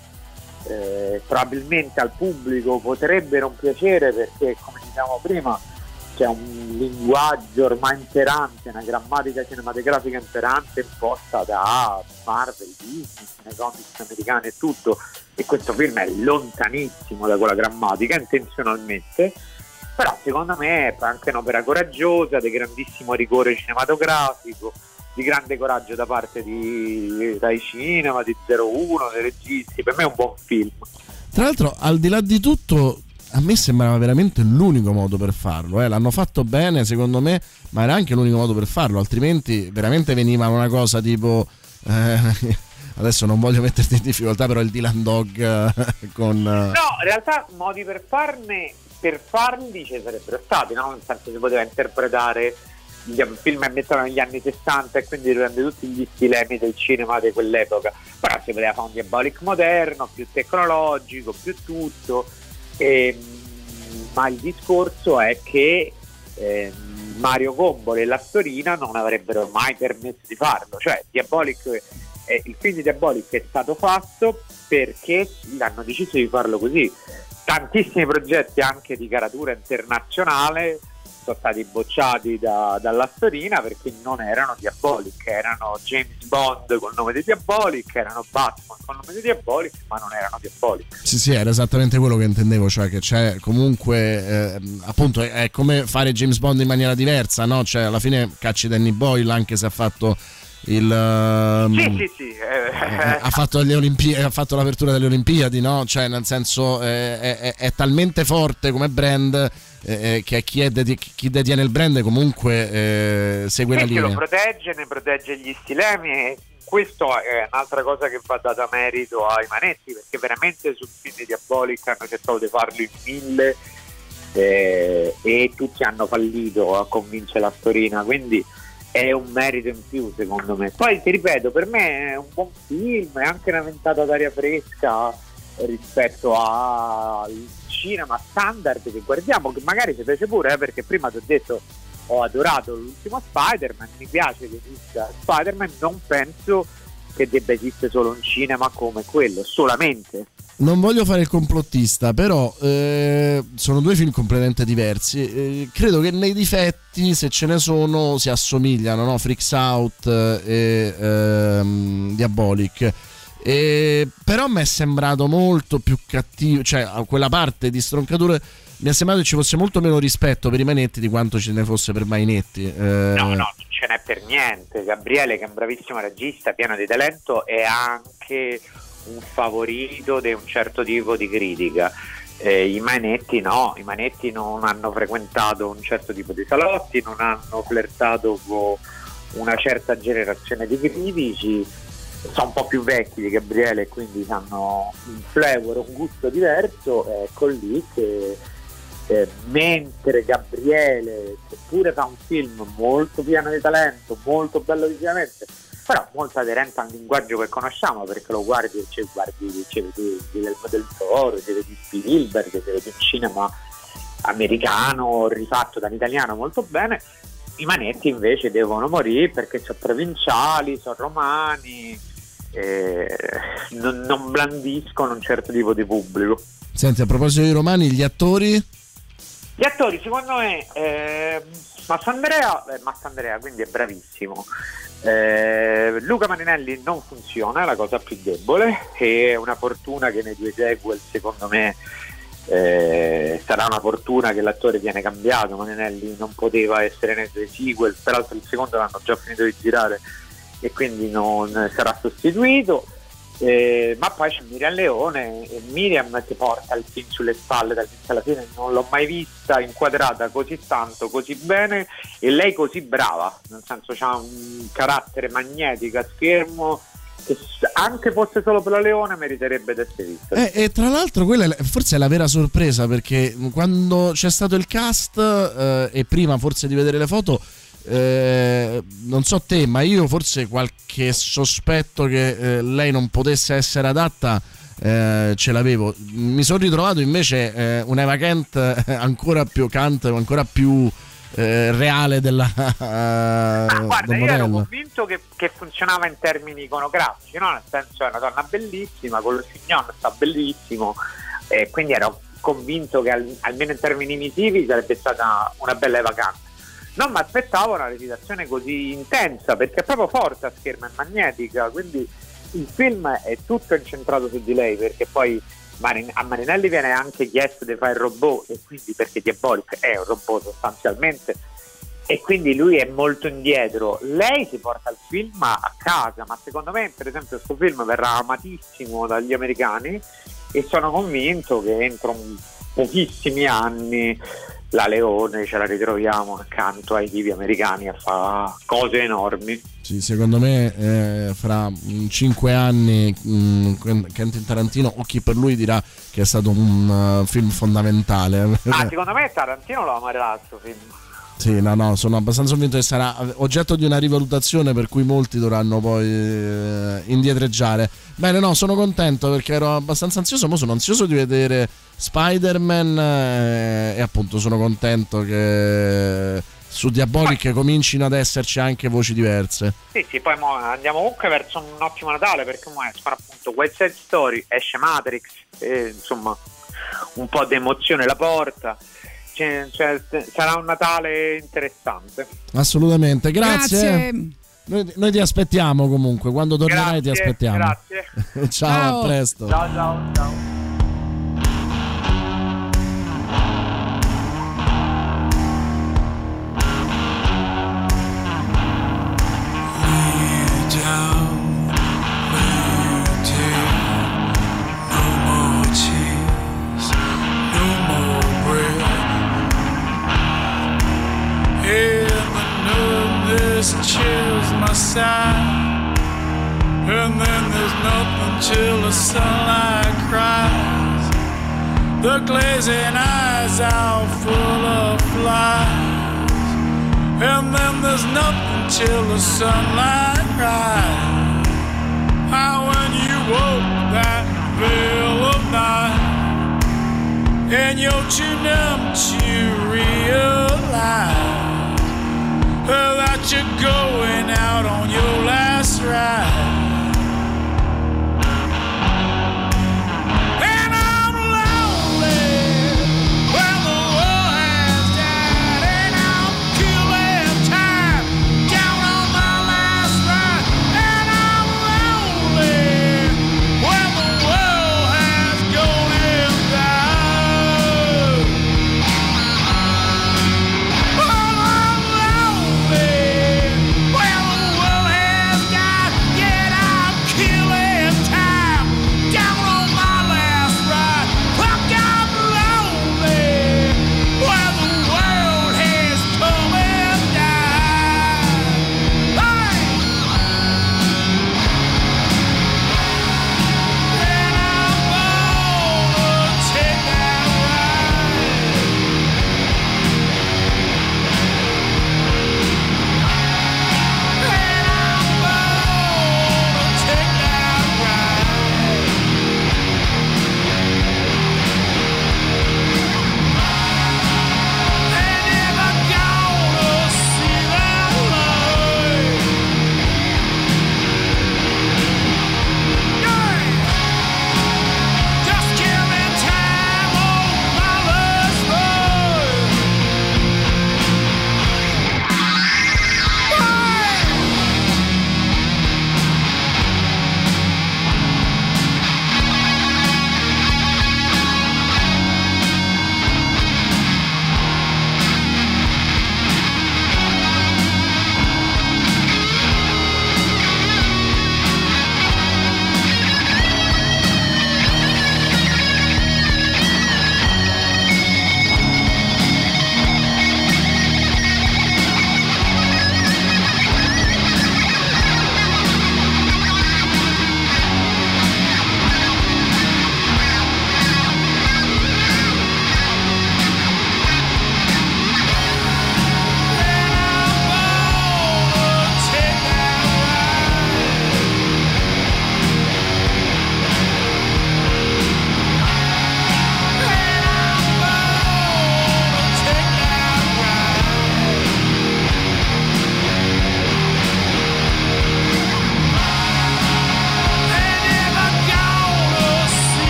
eh, probabilmente al pubblico potrebbe non piacere perché, come diciamo prima, c'è un linguaggio ormai imperante, una grammatica cinematografica imperante imposta da Marvel, Disney, nei comics americani e tutto, e questo film è lontanissimo da quella grammatica intenzionalmente, però secondo me è anche un'opera coraggiosa, di grandissimo rigore cinematografico, di grande coraggio da parte di Rai Cinema, di zero uno, dei registi. Per me è un buon film. Tra l'altro, al di là di tutto, a me sembrava veramente l'unico modo per farlo, eh. L'hanno fatto bene secondo me, ma era anche l'unico modo per farlo, altrimenti veramente veniva una cosa tipo eh, adesso non voglio metterti in difficoltà, però il Dylan Dog eh, con eh... no, in realtà modi per farne per farli ci sarebbero stati, no? Nel senso si poteva interpretare gli film ammettono negli anni sessanta e quindi riprende tutti gli stilemi del cinema di quell'epoca, però si poteva fare un Diabolic moderno, più tecnologico, più tutto. Eh, ma il discorso è che eh, Mario Gombole e la Storina non avrebbero mai permesso di farlo, cioè Diabolic, eh, il film di Diabolic è stato fatto perché hanno deciso di farlo così. Tantissimi progetti anche di caratura internazionale sono stati bocciati da, dalla Storina perché non erano Diabolic, erano James Bond col nome di Diabolic, erano Batman col nome di Diabolic, ma non erano Diabolic. Sì, sì, era esattamente quello che intendevo, cioè che c'è comunque eh, appunto è, è come fare James Bond in maniera diversa, no? Cioè alla fine cacci Danny Boyle, anche se ha fatto il um, sì, sì, sì. Eh, ha fatto le Olimpi- ha fatto l'apertura delle Olimpiadi, no? Cioè nel senso eh, è, è talmente forte come brand eh, che chi, è de- chi detiene il brand comunque eh, segue la linea, lo protegge, ne protegge gli stilemi, e questo è un'altra cosa che va data merito ai Manetti, perché veramente sul film di Diabolic hanno cercato di farlo in mille eh, e tutti hanno fallito a convincere la Storina, quindi è un merito in più secondo me. Poi ti ripeto, per me è un buon film, è anche una ventata d'aria fresca rispetto al cinema standard che guardiamo, che magari ci piace pure, eh, perché prima ti ho detto ho adorato l'ultimo Spider-Man, mi piace che esista Spider-Man, non penso che debba esistere solo un cinema come quello, solamente. Non voglio fare il complottista, però eh, sono due film completamente diversi. Eh, credo che nei difetti, se ce ne sono, si assomigliano, no? Freaks Out e ehm, Diabolic. Eh, però mi è sembrato molto più cattivo, cioè a quella parte di stroncature mi è sembrato che ci fosse molto meno rispetto per i Manetti di quanto ce ne fosse per Mainetti. Eh, no, no, non ce n'è per niente. Gabriele, che è un bravissimo regista, pieno di talento, è anche un favorito di un certo tipo di critica. Eh, i Manetti no, i Manetti non hanno frequentato un certo tipo di salotti, non hanno flirtato con una certa generazione di critici, sono un po' più vecchi di Gabriele, quindi hanno un flavor, un gusto diverso. Ecco lì che eh, mentre Gabriele, che pure fa un film molto pieno di talento, molto bello visivamente, però molto aderente al linguaggio che conosciamo, perché lo guardi e ci guardi, ci vedi Guillermo del Toro, ci vedi Spielberg, ci vedi un cinema americano rifatto da un italiano molto bene. I Manetti invece devono morire perché sono provinciali, sono romani, eh, non, non blandiscono un certo tipo di pubblico. Senti, a proposito dei romani, gli attori? Gli attori secondo me eh, Massandrea, eh, Massandrea quindi è bravissimo. Eh, Luca Marinelli non funziona, è la cosa più debole, e è una fortuna che nei due sequel secondo me eh, sarà una fortuna che l'attore viene cambiato. Marinelli non poteva essere nei due sequel, peraltro il secondo l'hanno già finito di girare e quindi non sarà sostituito. Eh, ma poi c'è Miriam Leone, e Miriam che porta il film sulle spalle dall'inizio alla fine, non l'ho mai vista inquadrata così tanto, così bene, e lei così brava, nel senso c'ha un carattere magnetico a schermo che anche fosse solo per la Leone meriterebbe di essere vista. Eh, e tra l'altro quella è, forse è la vera sorpresa, perché quando c'è stato il cast eh, e prima forse di vedere le foto, Eh, non so te, ma io forse qualche sospetto che eh, lei non potesse essere adatta eh, ce l'avevo. Mi sono ritrovato invece eh, un Eva Kent eh, ancora più Kant, ancora più eh, reale della uh, ah, guarda, io modello. ero convinto che, che funzionava in termini iconografici, no? Nel senso è una donna bellissima, con lo Signon sta bellissimo, e quindi ero convinto che al, almeno in termini visivi sarebbe stata una bella Eva Kant. Non mi aspettavo una recitazione così intensa, perché è proprio forte a schermo, è magnetica, quindi il film è tutto incentrato su di lei, perché poi Marin- a Marinelli viene anche chiesto di fare il robot, e quindi perché Diabolic è un robot sostanzialmente, e quindi lui è molto indietro. Lei si porta il film a casa, ma secondo me per esempio questo film verrà amatissimo dagli americani, e sono convinto che entro pochissimi anni la Leone ce la ritroviamo accanto ai divi americani a fare cose enormi. Sì, secondo me eh, fra cinque anni mh, Quentin Tarantino o chi per lui dirà che è stato un uh, film fondamentale. Ah, secondo me Tarantino lo amerà questo film. Sì, no, no, sono abbastanza convinto che sarà oggetto di una rivalutazione, per cui molti dovranno poi eh, indietreggiare. Bene, no, sono contento perché ero abbastanza ansioso, ma sono ansioso di vedere Spider-Man eh, e appunto sono contento che su Diabolic comincino ad esserci anche voci diverse. Sì, sì, poi mo andiamo comunque verso un ottimo Natale, perché mo escono appunto West Side Story, esce Matrix, e, insomma un po' di emozione la porta. Cioè, cioè, sarà un Natale interessante. Assolutamente, grazie, grazie. Noi, noi ti aspettiamo comunque, quando tornerai grazie, ti aspettiamo. Grazie. ciao, ciao, a presto. Ciao, ciao, ciao. Chills my side, and then there's nothing till the sunlight cries. The glazing eyes are full of flies, and then there's nothing till the sunlight cries. How when you woke that veil of night, and you're too numb to realize that you're going out on your last ride. And I'm lonely when the world has died, and I'm killing time down on my last ride. And I'm lonely when the world has gone and died. Oh,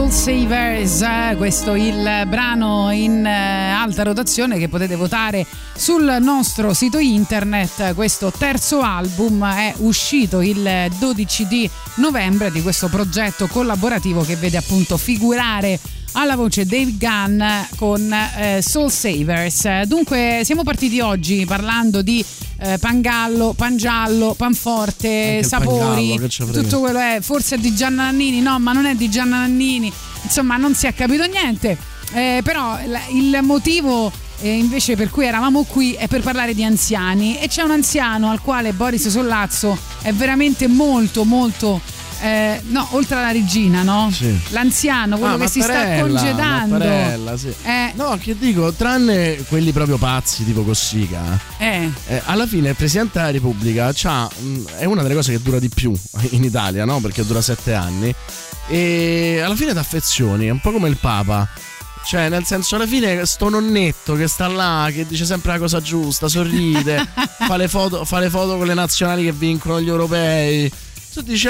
Soul Savers, questo è il brano in alta rotazione che potete votare sul nostro sito internet. Questo terzo album è uscito il dodici di novembre di questo progetto collaborativo che vede appunto figurare alla voce Dave Gunn con eh, Soul Savers. Dunque siamo partiti oggi parlando di eh, Pangallo, Pangiallo, Panforte, Sapori, Pangallo, tutto quello è, forse è di Gianna Nannini, no, ma non è di Gianna Nannini, insomma non si è capito niente, eh, però l- il motivo eh, invece per cui eravamo qui è per parlare di anziani, e c'è un anziano al quale Boris Sollazzo è veramente molto molto Eh, no, oltre alla regina, no? Sì. L'anziano, quello ah, che si sta congedando. Mattarella, sì. eh. No, che dico, tranne quelli proprio pazzi tipo Cossiga, eh. Eh, alla fine il Presidente della Repubblica c'ha, mh, è una delle cose che dura di più in Italia, no? Perché dura sette anni e alla fine t'affezioni, è un po' come il Papa. Cioè, nel senso, alla fine sto nonnetto che sta là, che dice sempre la cosa giusta, sorride, fa le foto, fa le foto con le nazionali che vincono gli europei. Tu dici,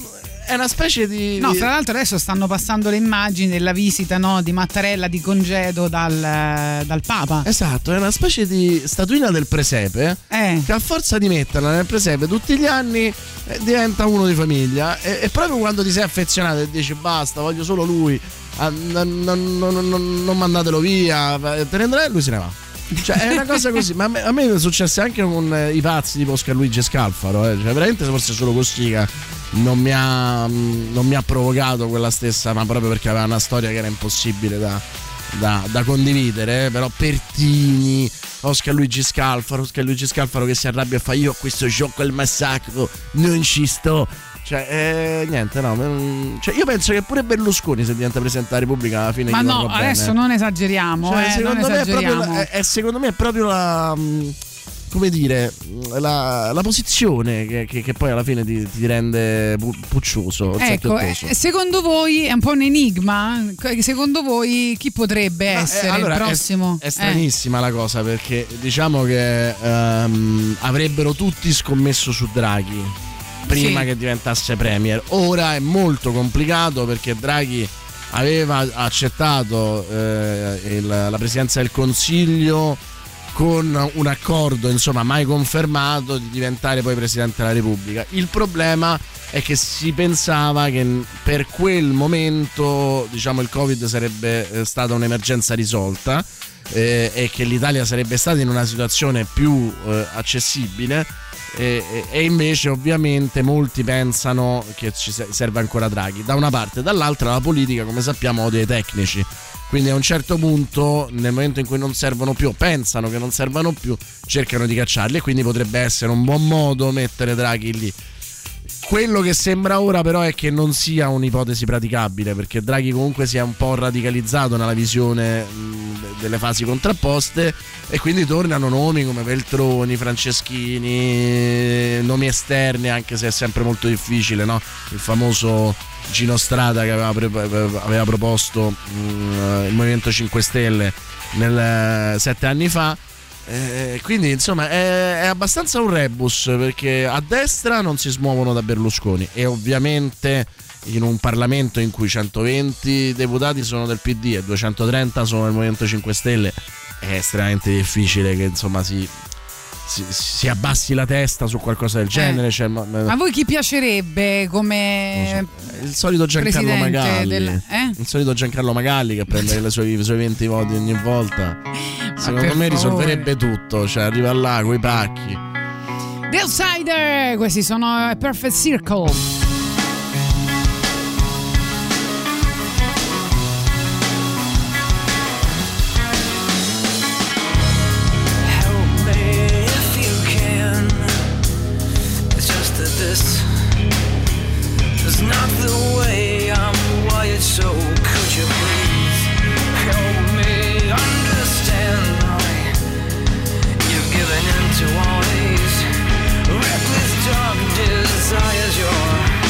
è una specie di... No, fra l'altro adesso stanno passando le immagini della visita, no, di Mattarella di congedo dal, dal Papa. Esatto, è una specie di statuina del presepe eh. che a forza di metterla nel presepe tutti gli anni eh, diventa uno di famiglia, e, e proprio quando ti sei affezionato e dici basta, voglio solo lui, ah, non, non, non, non, non mandatelo via, te ne andrai, e lui se ne va. Cioè è una cosa così, ma a me, a me è successo anche con eh, i pazzi tipo Oscar Luigi Scalfaro, eh. Cioè veramente forse solo Cossiga non mi ha non mi ha provocato quella stessa, ma proprio perché aveva una storia che era impossibile da, da, da condividere, eh. Però Pertini, Oscar Luigi Scalfaro, Oscar Luigi Scalfaro che si arrabbia e fa io a questo gioco al massacro non ci sto. Cioè, eh, niente, no. Cioè, io penso che pure Berlusconi, se diventa Presidente della Repubblica, alla fine. Ma no, adesso bene. non esageriamo. Cioè, eh, secondo, non me esageriamo. è proprio la, è, secondo me è proprio la. Come dire, la, la posizione che, che, che poi alla fine ti, ti rende pu- puccioso. Ecco, eh, secondo voi è un po' un enigma? Secondo voi chi potrebbe no, essere eh, allora, il prossimo? È, è stranissima eh. la cosa, perché diciamo che um, avrebbero tutti scommesso su Draghi prima sì. che diventasse premier. Ora è molto complicato perché Draghi aveva accettato eh, il, la presidenza del Consiglio con un accordo, insomma, mai confermato, di diventare poi Presidente della Repubblica. Il problema è che si pensava che per quel momento, diciamo, il Covid sarebbe stata un'emergenza risolta eh, e che l'Italia sarebbe stata in una situazione più eh, accessibile. E, e invece ovviamente molti pensano che ci serve ancora Draghi da una parte, dall'altra la politica, come sappiamo, odia i tecnici, quindi a un certo punto, nel momento in cui non servono più, pensano che non servano più, cercano di cacciarli, e quindi potrebbe essere un buon modo mettere Draghi lì. Quello che sembra ora però è che non sia un'ipotesi praticabile, perché Draghi comunque si è un po' radicalizzato nella visione mh, delle fasi contrapposte, e quindi tornano nomi come Veltroni, Franceschini, nomi esterni, anche se è sempre molto difficile, no? Il famoso Gino Strada che aveva, pre- aveva proposto mh, il Movimento cinque Stelle nel, sette anni fa. Eh, quindi insomma è, è abbastanza un rebus, perché a destra non si smuovono da Berlusconi, e ovviamente in un Parlamento in cui centoventi deputati sono del P D e duecentotrenta sono del Movimento cinque Stelle è estremamente difficile che insomma si, si, si abbassi la testa su qualcosa del genere. eh. Cioè, ma, a voi chi piacerebbe come so, il solito Giancarlo Magalli del, eh? il solito Giancarlo Magalli che prende le sue, i suoi venti voti ogni volta. Secondo me risolverebbe tutto, cioè arriva là coi pacchi. The Outsider, questi sono a Perfect Circle. To all these reckless dark desires, you're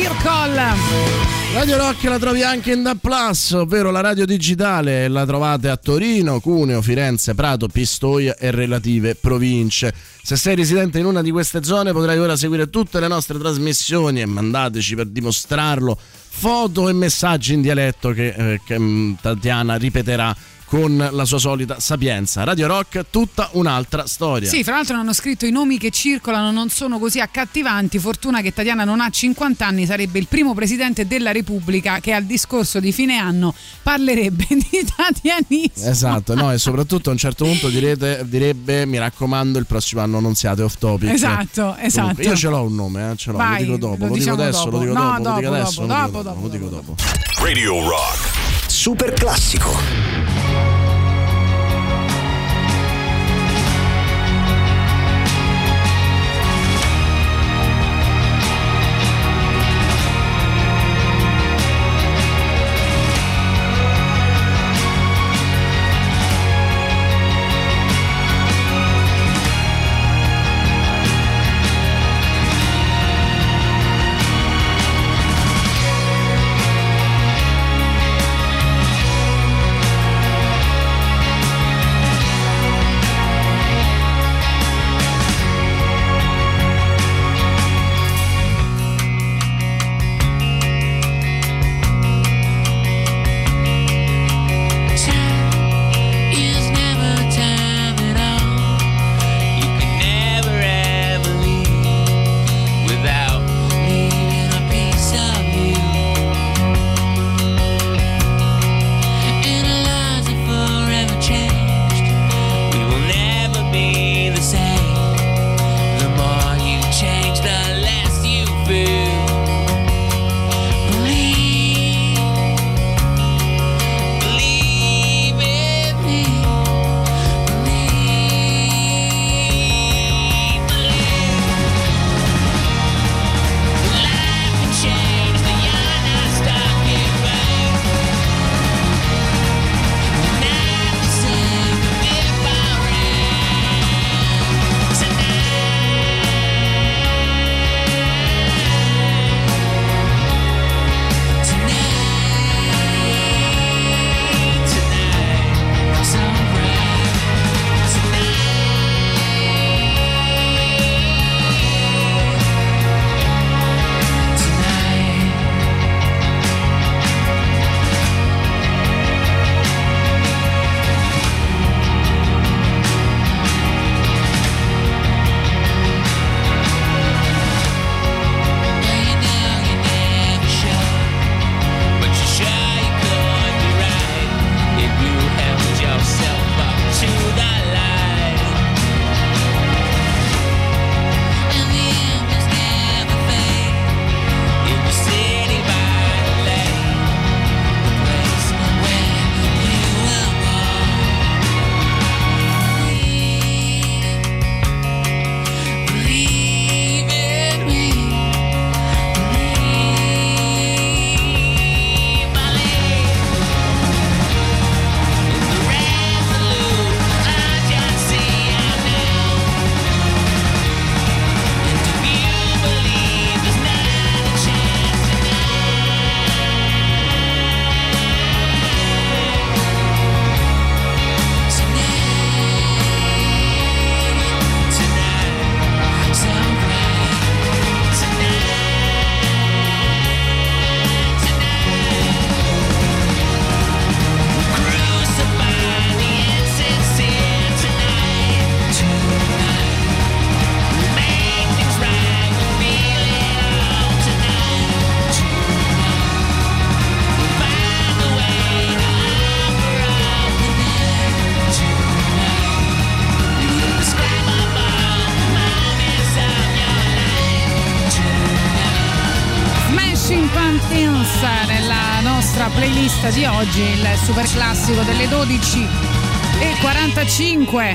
Miracle. Radio Rock la trovi anche in D A B plus, ovvero la radio digitale. La trovate a Torino, Cuneo, Firenze, Prato, Pistoia e relative province. Se sei residente in una di queste zone potrai ora seguire tutte le nostre trasmissioni e mandateci per dimostrarlo foto e messaggi in dialetto che, eh, che Tatiana ripeterà con la sua solita sapienza. Radio Rock, tutta un'altra storia. Sì, fra l'altro hanno scritto: i nomi che circolano non sono così accattivanti, fortuna che Tatiana non ha cinquanta anni, sarebbe il primo presidente della Repubblica che al discorso di fine anno parlerebbe di tatianismo. Esatto, no, e soprattutto a un certo punto direte, direbbe: mi raccomando, il prossimo anno non siate off topic. Esatto, esatto. Comunque, io ce l'ho un nome, eh, ce l'ho, Vai, lo dico dopo, lo lo, dico diciamo adesso, dopo. lo dico No, dopo, dopo, lo dico adesso, dopo, lo dico dopo, dopo, lo dico dopo. Radio Rock. Super classico. Nella nostra playlist di oggi, il super classico delle dodici e quarantacinque.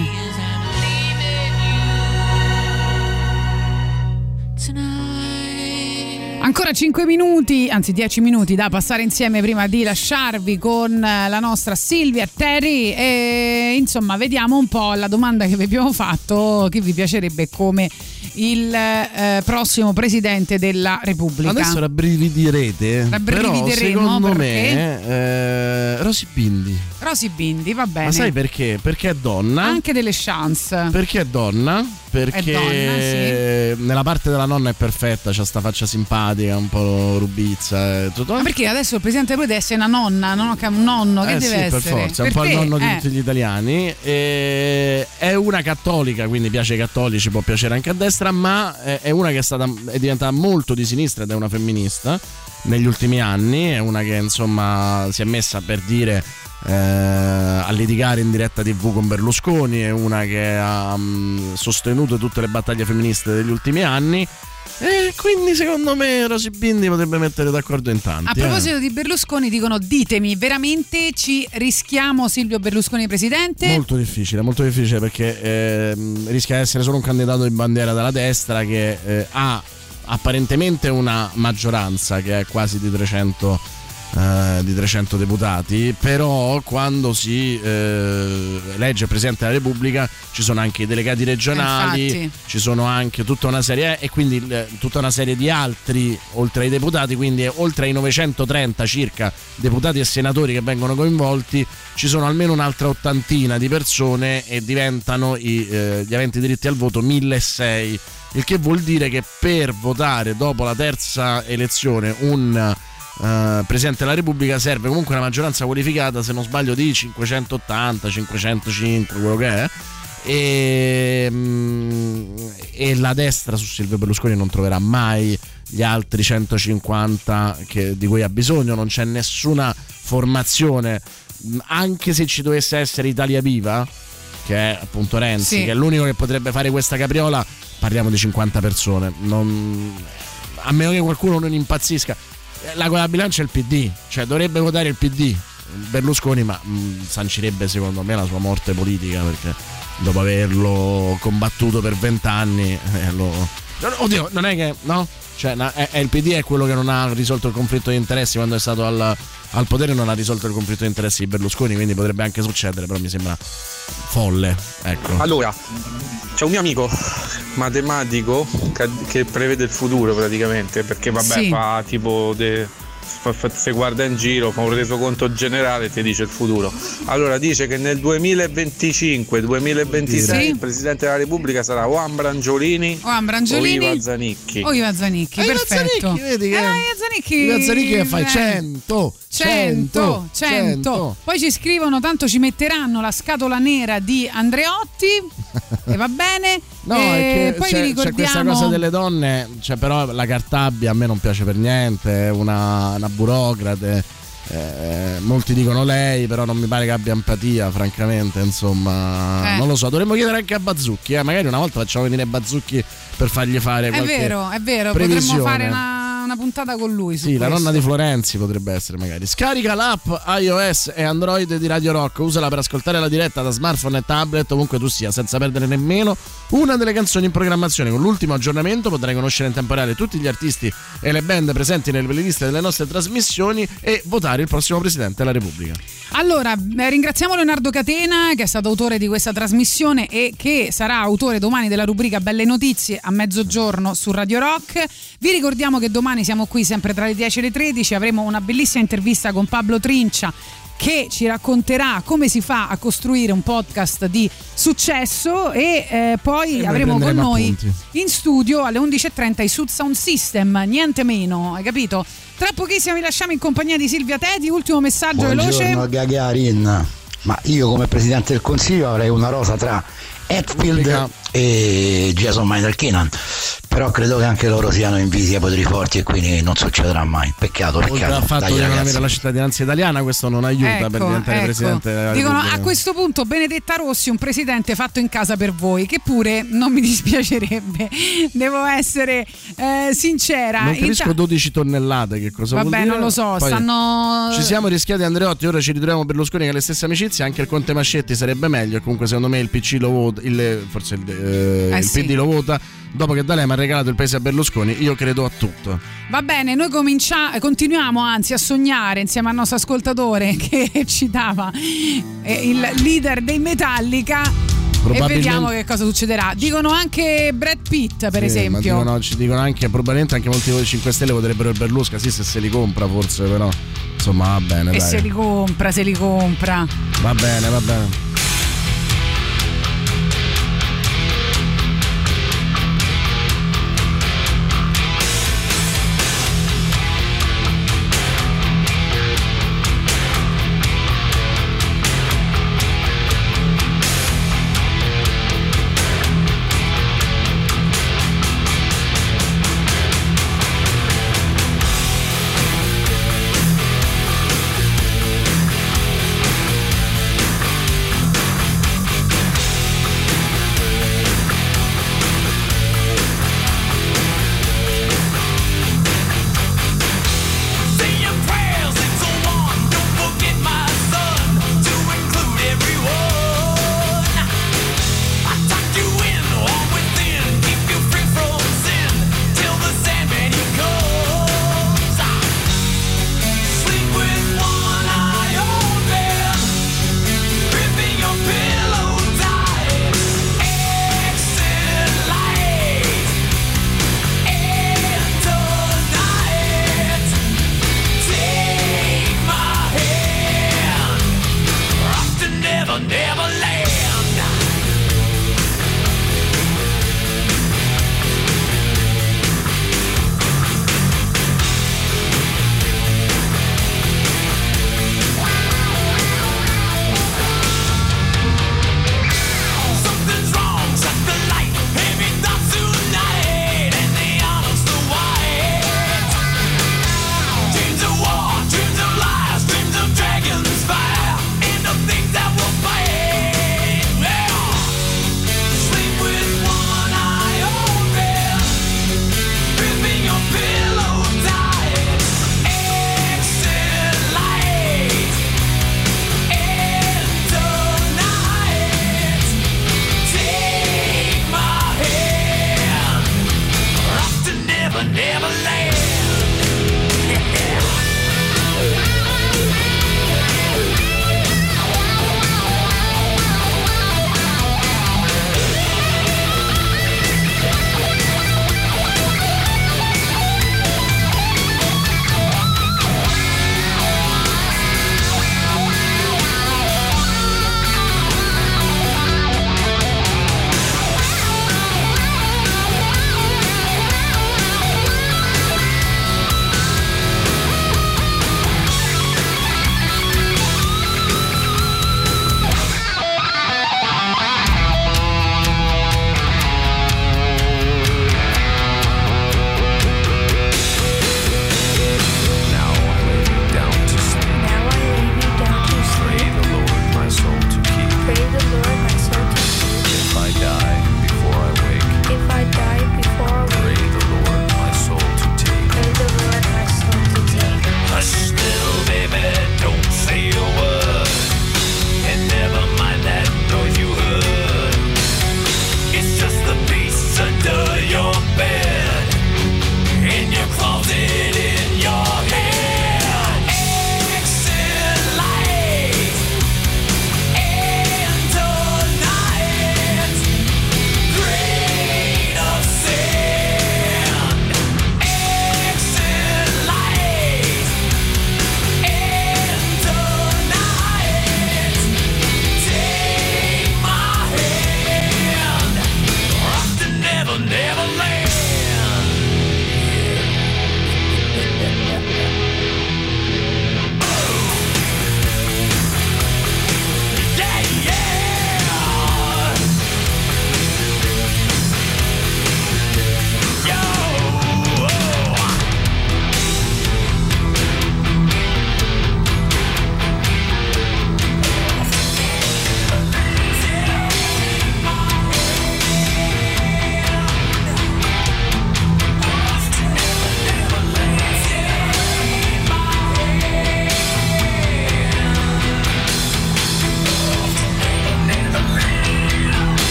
Ancora cinque minuti, anzi dieci minuti da passare insieme prima di lasciarvi con la nostra Silvia Terry e insomma vediamo un po' la domanda che vi abbiamo fatto: chi vi piacerebbe come il eh, prossimo presidente della Repubblica. Adesso rabbrividirete, però secondo me eh, Rosy Bindi. Rosy Bindi, va bene. Ma sai perché? Perché è donna. Anche delle chance. Perché è donna? Perché è donna, sì. Nella parte della nonna è perfetta, c'ha sta faccia simpatica, un po' rubizza. Tutto. Ma perché adesso il presidente deve essere una nonna, non un nonno, che eh deve sì, essere? Per forza, è per un po' te, il nonno di eh. tutti gli italiani. E è una cattolica, quindi piace ai cattolici, può piacere anche a destra, ma è una che è stata è diventata molto di sinistra ed è una femminista negli ultimi anni, è una che insomma si è messa, per dire, eh, a litigare in diretta tivù con Berlusconi, è una che ha mh, sostenuto tutte le battaglie femministe degli ultimi anni. E quindi secondo me Rosy Bindi potrebbe mettere d'accordo in tanti. A proposito eh. di Berlusconi, dicono: ditemi, veramente ci rischiamo Silvio Berlusconi presidente? Molto difficile, molto difficile, perché eh, rischia di essere solo un candidato di bandiera della destra che eh, ha apparentemente una maggioranza che è quasi di trecento Uh, di trecento deputati, però quando si uh, elegge Presidente della Repubblica ci sono anche i delegati regionali, Infatti. ci sono anche tutta una serie e quindi uh, tutta una serie di altri oltre ai deputati, quindi oltre ai novecentotrenta circa deputati e senatori che vengono coinvolti ci sono almeno un'altra ottantina di persone e diventano i, uh, gli aventi diritti al voto milleseicento, il che vuol dire che per votare dopo la terza elezione un Uh, Presidente della Repubblica serve comunque una maggioranza qualificata, se non sbaglio di cinquecentottanta cinquecentocinque, quello che è, e, um, e la destra su Silvio Berlusconi non troverà mai gli altri centocinquanta che, di cui ha bisogno. Non c'è nessuna formazione, anche se ci dovesse essere Italia Viva, che è appunto Renzi, sì. che è l'unico che potrebbe fare questa capriola, parliamo di cinquanta persone, non, a meno che qualcuno non impazzisca. La coda bilancia è il P D, cioè dovrebbe votare il P D Berlusconi, ma mh, sancirebbe secondo me la sua morte politica, perché dopo averlo combattuto per vent'anni eh, lo... oddio, non è che no? Cioè, è, è il P D è quello che non ha risolto il conflitto di interessi quando è stato al, al potere, non ha risolto il conflitto di interessi di Berlusconi, quindi potrebbe anche succedere, però mi sembra folle, ecco. Allora, c'è un mio amico matematico che prevede il futuro praticamente, perché vabbè sì. fa tipo de, fa, fa, se guarda in giro fa un resoconto generale e ti dice il futuro. Allora dice che nel duemilaventicinque duemilaventisei sì. il Presidente della Repubblica sarà o Ambrangiolini o, Ambrangiolini, o Iva Zanicchi o Iva Zanicchi, eh, perfetto. Iva Zanicchi, vedi che eh, Iva Zanicchi, Iva Zanicchi che fai cento Cento, cento. Poi ci scrivono: tanto ci metteranno la scatola nera di Andreotti e va bene. No, e è che poi c'è, vi ricordiamo... c'è questa cosa delle donne, cioè, però la Cartabia a me non piace per niente, è una, una burocrate, eh, molti dicono lei, però non mi pare che abbia empatia, francamente, insomma, eh. non lo so, dovremmo chiedere anche a Bazzucchi, eh. magari una volta facciamo venire Bazzucchi per fargli fare qualche È vero, è vero, previsione. Potremmo fare una, una puntata con lui su Sì, questo. La nonna di Florenzi potrebbe essere, magari. Scarica l'app iOS e Android di Radio Rock, usala per ascoltare la diretta da smartphone e tablet ovunque tu sia, senza perdere nemmeno una delle canzoni in programmazione. Con l'ultimo aggiornamento potrai conoscere in tempo reale tutti gli artisti e le band presenti nelle playlist delle nostre trasmissioni e votare il prossimo Presidente della Repubblica. Allora, eh, ringraziamo Leonardo Catena, che è stato autore di questa trasmissione e che sarà autore domani della rubrica Belle Notizie a mezzogiorno su Radio Rock. Vi ricordiamo che domani siamo qui sempre tra le dieci e le tredici, avremo una bellissima intervista con Pablo Trincia che ci racconterà come si fa a costruire un podcast di successo e eh, poi e avremo con noi appunti. in studio alle undici e trenta i Sud Sound System, niente meno, hai capito? Tra pochissimo vi lasciamo in compagnia di Silvia Teti. Ultimo messaggio Buongiorno, veloce. Buongiorno Gagarin, ma io come Presidente del Consiglio avrei una rosa tra Hetfield e Jason Maynard Keenan, però credo che anche loro siano invisi ai poteri forti e quindi non succederà mai. Peccato, peccato. Oltre al fatto Dai, di non ragazzi. avere la cittadinanza italiana, questo non aiuta Ecco, per diventare ecco. Presidente della Dicono Repubblica. a questo punto Benedetta Rossi, un presidente fatto in casa per voi, che pure non mi dispiacerebbe, devo essere eh, sincera. Non capisco Inta- dodici tonnellate che cosa Vabbè, vuol dire. non lo so, Poi stanno ci siamo rischiati Andreotti, ora ci ritroviamo Berlusconi che ha le stesse amicizie, anche il Conte Mascetti sarebbe meglio, comunque secondo me il P C lo vota, il, forse il, eh, Eh il sì. P D lo vota, dopo che D'Alema ha regalato il paese a Berlusconi. Io credo a tutto. Va bene, noi comincia- continuiamo anzi a sognare insieme al nostro ascoltatore che citava eh, il leader dei Metallica. Probabilmente... e vediamo che cosa succederà. Dicono anche Brad Pitt, per sì, esempio. Ma dicono, ci dicono anche, probabilmente anche molti dei cinque Stelle voterebbero il Berlusca, sì, se se li compra forse, però insomma va bene. E dai. se li compra, se li compra. Va bene, va bene.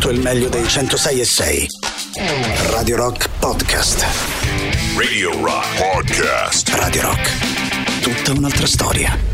tutto il meglio dei centosei e sei. Radio Rock Podcast. Radio Rock Podcast. Radio Rock. Tutta un'altra storia.